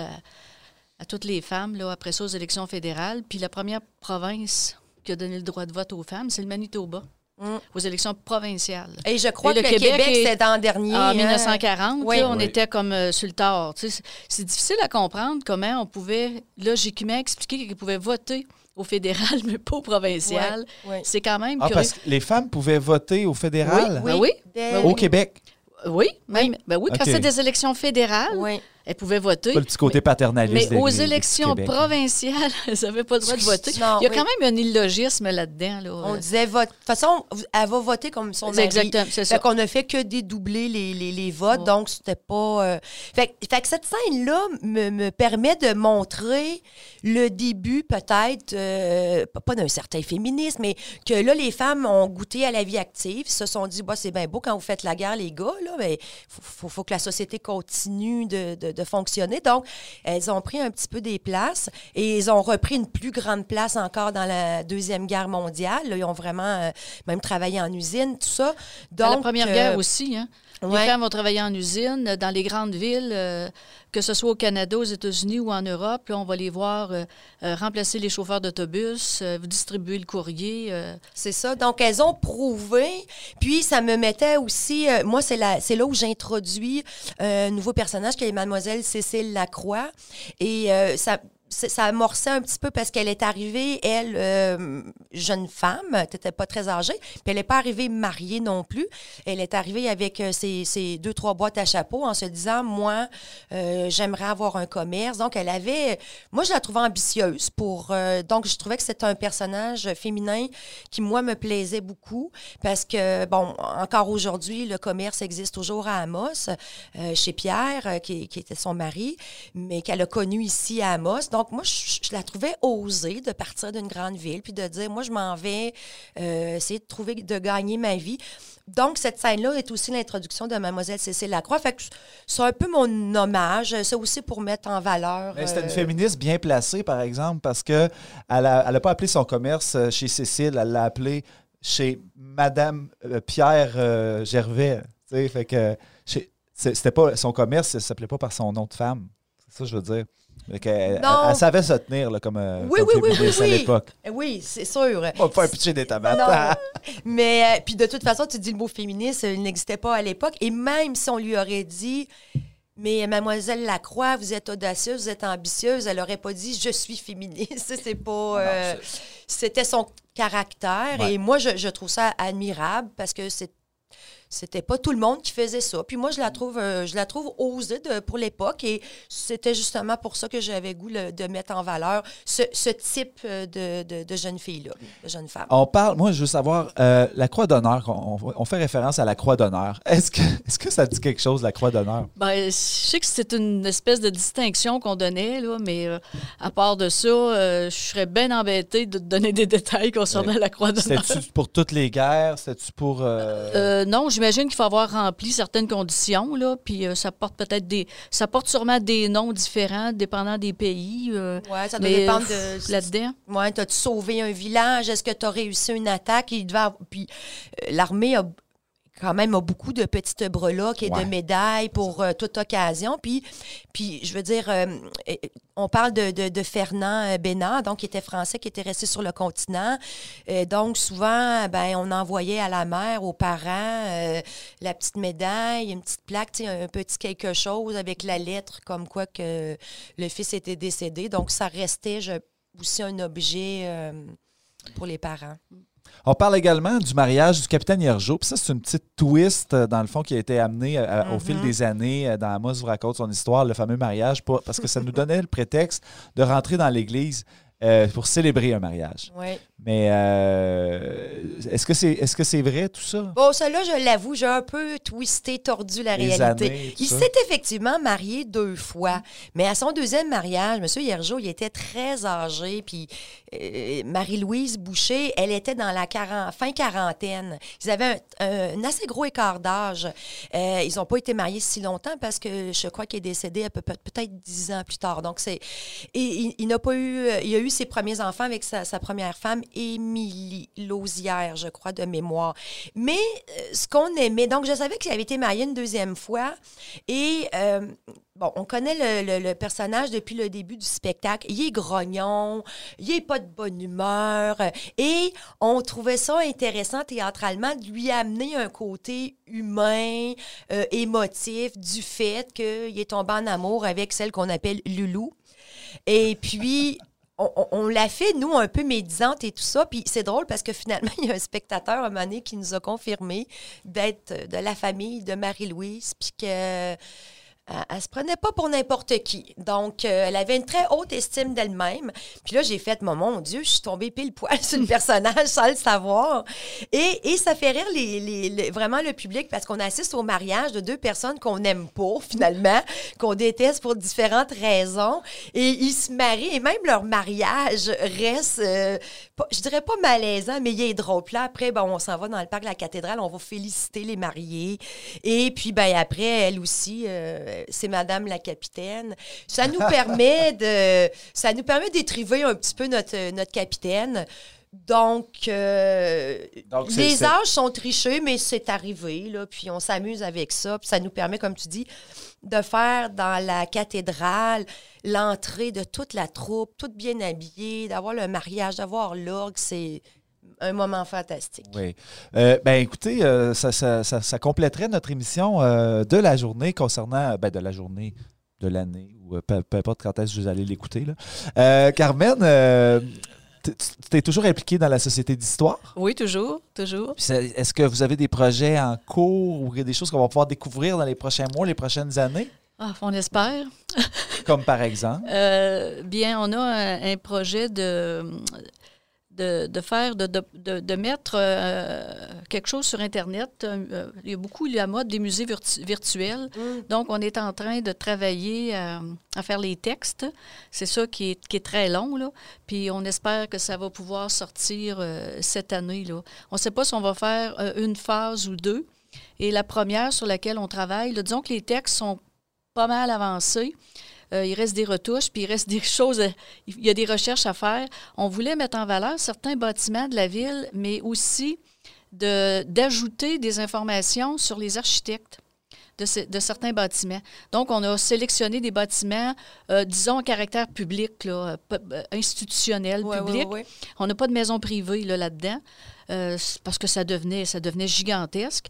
à toutes les femmes, là, après ça, aux élections fédérales. Puis la première province qui a donné le droit de vote aux femmes, c'est le Manitoba. Aux élections provinciales. Et je crois que le Québec c'était en dernier. En 1940, oui. on était comme sur le tard. C'est difficile à comprendre comment on pouvait logiquement expliquer qu'ils pouvaient voter au fédéral, mais pas au provincial. Oui. C'est quand même curieux. Parce que les femmes pouvaient voter au fédéral? Oui. Au Québec? Oui, même. Quand c'est des élections fédérales, elles pouvaient voter. Pas le petit côté paternaliste. Mais aux élections provinciales, elles n'avaient pas le droit de voter. Non, il y a quand même un illogisme là-dedans. Là. On disait, de toute façon, elle va voter comme son mari. Exactement, c'est ça. Fait qu'on ne fait que dédoubler les votes, donc c'était pas... Fait que cette scène-là me permet de montrer le début, peut-être, pas d'un certain féminisme, mais que là, les femmes ont goûté à la vie active, se sont dit, c'est bien beau quand vous faites la guerre, les gars, là, mais faut que la société continue de fonctionner. Donc, elles ont pris un petit peu des places et ils ont repris une plus grande place encore dans la Deuxième Guerre mondiale. Là, ils ont vraiment même travaillé en usine, tout ça. Donc, la Première Guerre aussi, hein? Les femmes ont travaillé en usine, dans les grandes villes, que ce soit au Canada, aux États-Unis ou en Europe. Là, on va les voir remplacer les chauffeurs d'autobus, distribuer le courrier. C'est ça. Donc, elles ont prouvé. Puis, ça me mettait aussi... moi, c'est là où j'introduis un nouveau personnage qui est Mademoiselle Cécile Lacroix. Et ça amorçait un petit peu parce qu'elle est arrivée, elle, jeune femme, n'était pas très âgée, puis elle n'est pas arrivée mariée non plus. Elle est arrivée avec ses 2-3 boîtes à chapeau en se disant, moi, j'aimerais avoir un commerce. Donc, elle avait... Moi, je la trouvais ambitieuse donc, je trouvais que c'était un personnage féminin qui, moi, me plaisait beaucoup parce que, bon, encore aujourd'hui, le commerce existe toujours à Amos, chez Pierre, qui était son mari, mais qu'elle a connu ici à Amos. Donc, moi, je la trouvais osée de partir d'une grande ville puis de dire, moi, je m'en vais essayer de gagner ma vie. Donc, cette scène-là est aussi l'introduction de Mademoiselle Cécile Lacroix. Fait que c'est un peu mon hommage. C'est aussi pour mettre en valeur... Mais c'était une féministe bien placée, par exemple, parce qu'elle n'a pas appelé son commerce chez Cécile, elle l'a appelé chez Madame Pierre Gervais. Fait que c'était pas son commerce, ça s'appelait pas par son nom de femme. C'est ça que je veux dire. Elle savait se tenir là, comme féministe à l'époque. Oui, c'est sûr. On va pas pitcher des tomates. Non. Mais puis de toute façon, tu dis le mot féministe, il n'existait pas à l'époque. Et même si on lui aurait dit, mais Mademoiselle Lacroix, vous êtes audacieuse, vous êtes ambitieuse, elle n'aurait pas dit je suis féministe. C'est pas. C'était son caractère. Ouais. Et moi, je trouve ça admirable parce que c'était pas tout le monde qui faisait ça. Puis moi, je la trouve osée pour l'époque et c'était justement pour ça que j'avais goût de mettre en valeur ce type de jeune fille-là, de jeune femme. On parle, moi, je veux savoir, la Croix d'honneur, on fait référence à la Croix d'honneur. Est-ce que ça dit quelque chose, la Croix d'honneur? Bien, je sais que c'est une espèce de distinction qu'on donnait, là, mais à part de ça, je serais bien embêtée de te donner des détails concernant la Croix d'honneur. C'était-tu pour toutes les guerres? C'était-tu pour... Non, j'imagine qu'il faut avoir rempli certaines conditions, là, puis ça porte sûrement des noms différents, dépendant des pays. Oui, ça doit dépendre de... Là-dedans. Oui, as-tu sauvé un village? Est-ce que tu as réussi une attaque? Puis l'armée a beaucoup de petites breloques et de médailles pour toute occasion. Puis je veux dire, on parle de Fernand Bénard, donc qui était français, qui était resté sur le continent. Donc, souvent, on envoyait à la mère, aux parents, la petite médaille, une petite plaque, un petit quelque chose avec la lettre comme quoi que le fils était décédé. Donc, ça restait aussi un objet pour les parents. On parle également du mariage du capitaine Hiergeau. Puis ça, c'est une petite twist, dans le fond, qui a été amenée au fil des années. Dans Amos vous raconte son histoire, le fameux mariage, parce que ça nous donnait le prétexte de rentrer dans l'Église. pour célébrer un mariage. Oui. Mais est-ce que c'est vrai, tout ça? Bon, ça là, je l'avoue, j'ai un peu twisté, tordu la Les réalité. années, tout Il ça. s'est effectivement marié 2 fois, mais à son deuxième mariage, M. Hiergeau, il était très âgé, puis Marie-Louise Boucher, elle était dans la fin quarantaine. Ils avaient un assez gros écart d'âge. Ils n'ont pas été mariés si longtemps parce que je crois qu'il est décédé peut-être 10 ans plus tard. Donc, il n'a pas eu... Il a eu ses premiers enfants avec sa première femme, Émilie Lausière, je crois, de mémoire. Mais ce qu'on aimait... Donc, je savais qu'il avait été marié une deuxième fois. Et, bon, on connaît le personnage depuis le début du spectacle. Il est grognon, il n'est pas de bonne humeur. Et on trouvait ça intéressant théâtralement de lui amener un côté humain, émotif, du fait qu'il est tombé en amour avec celle qu'on appelle Loulou. Et puis... On l'a fait, nous, un peu médisante et tout ça. Puis c'est drôle parce que finalement, il y a un spectateur, un moment donné, qui nous a confirmé d'être de la famille de Marie-Louise, puis que... Elle se prenait pas pour n'importe qui. Donc, elle avait une très haute estime d'elle-même. Puis là, j'ai fait, mon Dieu, je suis tombée pile poil sur le personnage sans le savoir. Et ça fait rire vraiment le public parce qu'on assiste au mariage de 2 personnes qu'on n'aime pas, finalement, qu'on déteste pour différentes raisons. Et ils se marient et même leur mariage reste, je dirais pas malaisant, mais il est drôle. Puis là, après, on s'en va dans le parc de la cathédrale, on va féliciter les mariés. Et puis, après, elle aussi... c'est Madame la capitaine. Ça nous permet d'étriver un petit peu notre capitaine. Donc les âges sont trichés, mais c'est arrivé, là, puis on s'amuse avec ça. Puis ça nous permet, comme tu dis, de faire dans la cathédrale l'entrée de toute la troupe, toute bien habillée, d'avoir le mariage, d'avoir l'orgue, c'est... un moment fantastique. Oui. Écoutez, ça compléterait notre émission de la journée concernant... de la journée, de l'année, ou peu importe quand est-ce que vous allez l'écouter. Là. Carmen, tu es toujours impliquée dans la Société d'histoire? Oui, toujours. Est-ce que vous avez des projets en cours ou des choses qu'on va pouvoir découvrir dans les prochains mois, les prochaines années? Ah, on espère. Comme par exemple? On a un projet de mettre quelque chose sur Internet. Il y a beaucoup la mode des musées virtuels. Donc, on est en train de travailler à faire les textes. C'est ça qui est très long, là. Puis, on espère que ça va pouvoir sortir cette année, là. On ne sait pas si on va faire une phase ou 2. Et la première sur laquelle on travaille, là, disons que les textes sont pas mal avancés. Il reste des retouches, puis il reste des choses, il y a des recherches à faire. On voulait mettre en valeur certains bâtiments de la ville, mais aussi d'ajouter des informations sur les architectes de certains bâtiments. Donc, on a sélectionné des bâtiments, disons, à caractère public, là, institutionnel, public. Oui. On n'a pas de maison privée là-dedans. Parce que ça devenait gigantesque.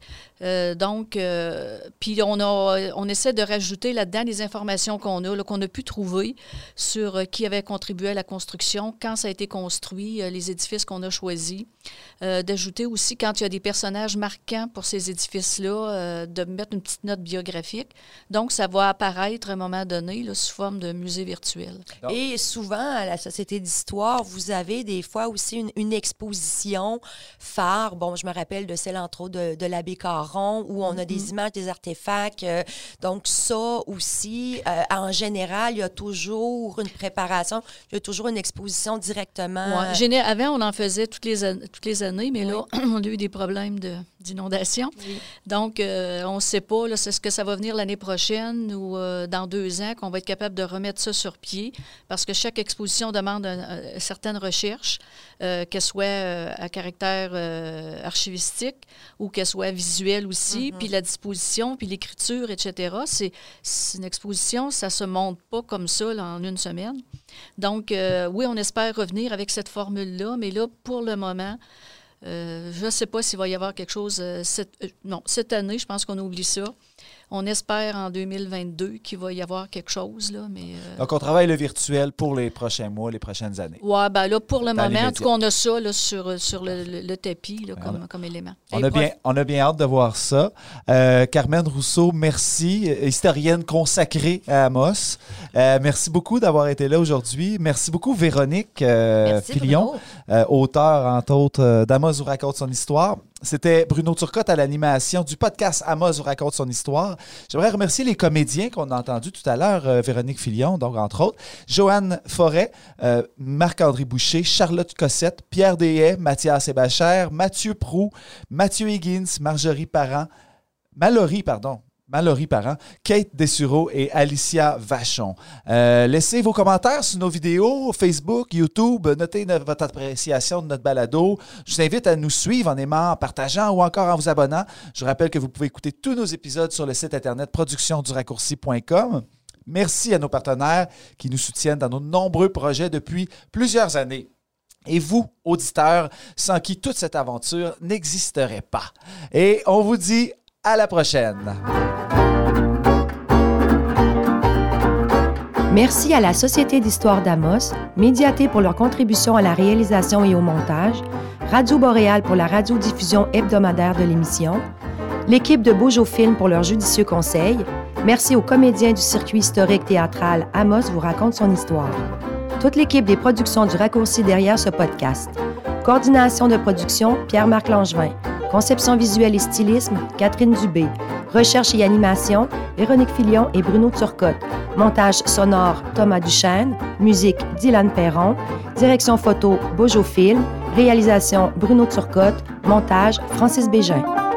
Puis on essaie de rajouter là-dedans des informations qu'on a pu trouver sur qui avait contribué à la construction, quand ça a été construit, les édifices qu'on a choisis. D'ajouter aussi, quand il y a des personnages marquants pour ces édifices-là, de mettre une petite note biographique. Donc, ça va apparaître à un moment donné là, sous forme de musée virtuel. Et souvent, à la Société d'histoire, vous avez des fois aussi une exposition phare. Bon, je me rappelle de celle, entre autres, de l'abbé Caron, où on a des images, des artefacts. Donc, ça aussi, en général, il y a toujours une préparation, il y a toujours une exposition directement. Ouais. Avant, on en faisait toutes les années, mais là, on a eu des problèmes d'inondation. Oui. Donc, on ne sait pas, là, est-ce que ça va venir l'année prochaine ou dans 2 ans qu'on va être capable de remettre ça sur pied, parce que chaque exposition demande certaines recherches, qu'elles soient à caractère archivistique ou qu'elle soit visuelle aussi, puis la disposition, puis l'écriture, etc. C'est une exposition, ça se monte pas comme ça là, en une semaine. Donc, oui, on espère revenir avec cette formule-là, mais là, pour le moment, Je ne sais pas s'il va y avoir quelque chose cette année, je pense qu'on oublie ça. On espère en 2022 qu'il va y avoir quelque chose, là, mais... Donc, on travaille le virtuel pour les prochains mois, les prochaines années. Oui, bien là, pour le moment, en tout cas, on a ça là, sur le tapis là, comme élément. On a bien hâte de voir ça. Carmen Rousseau, merci. Historienne consacrée à Amos. Merci beaucoup d'avoir été là aujourd'hui. Merci beaucoup, Véronique Filion, auteure, entre autres, d'Amos vous raconte son histoire. C'était Bruno Turcotte à l'animation du podcast Amos vous raconte son histoire. J'aimerais remercier les comédiens qu'on a entendus tout à l'heure, Véronique Filion, donc entre autres, Joanne Forêt, Marc-André Boucher, Charlotte Cossette, Pierre Deshaies, Mathias Sébachère, Mathieu Proulx, Mathieu Higgins, Mallory Parent, Kate Dessureau et Alicia Vachon. Laissez vos commentaires sur nos vidéos, Facebook, YouTube. Notez votre appréciation de notre balado. Je vous invite à nous suivre en aimant, en partageant ou encore en vous abonnant. Je rappelle que vous pouvez écouter tous nos épisodes sur le site internet productionduraccourci.com. Merci à nos partenaires qui nous soutiennent dans nos nombreux projets depuis plusieurs années. Et vous, auditeurs, sans qui toute cette aventure n'existerait pas. Et on vous dit à la prochaine. Merci à la Société d'histoire d'Amos, Médiaté pour leur contribution à la réalisation et au montage, Radio Boréal pour la radiodiffusion hebdomadaire de l'émission, l'équipe de Beaujolais Film pour leurs judicieux conseils. Merci aux comédiens du circuit historique théâtral Amos vous raconte son histoire. Toute l'équipe des productions du Raccourci derrière ce podcast. Coordination de production, Pierre-Marc Langevin. Conception visuelle et stylisme, Catherine Dubé. Recherche et animation, Véronique Filion et Bruno Turcotte. Montage sonore, Thomas Duchesne. Musique, Dylan Perron. Direction photo, Beaujolais Film. Réalisation, Bruno Turcotte. Montage, Francis Bégin.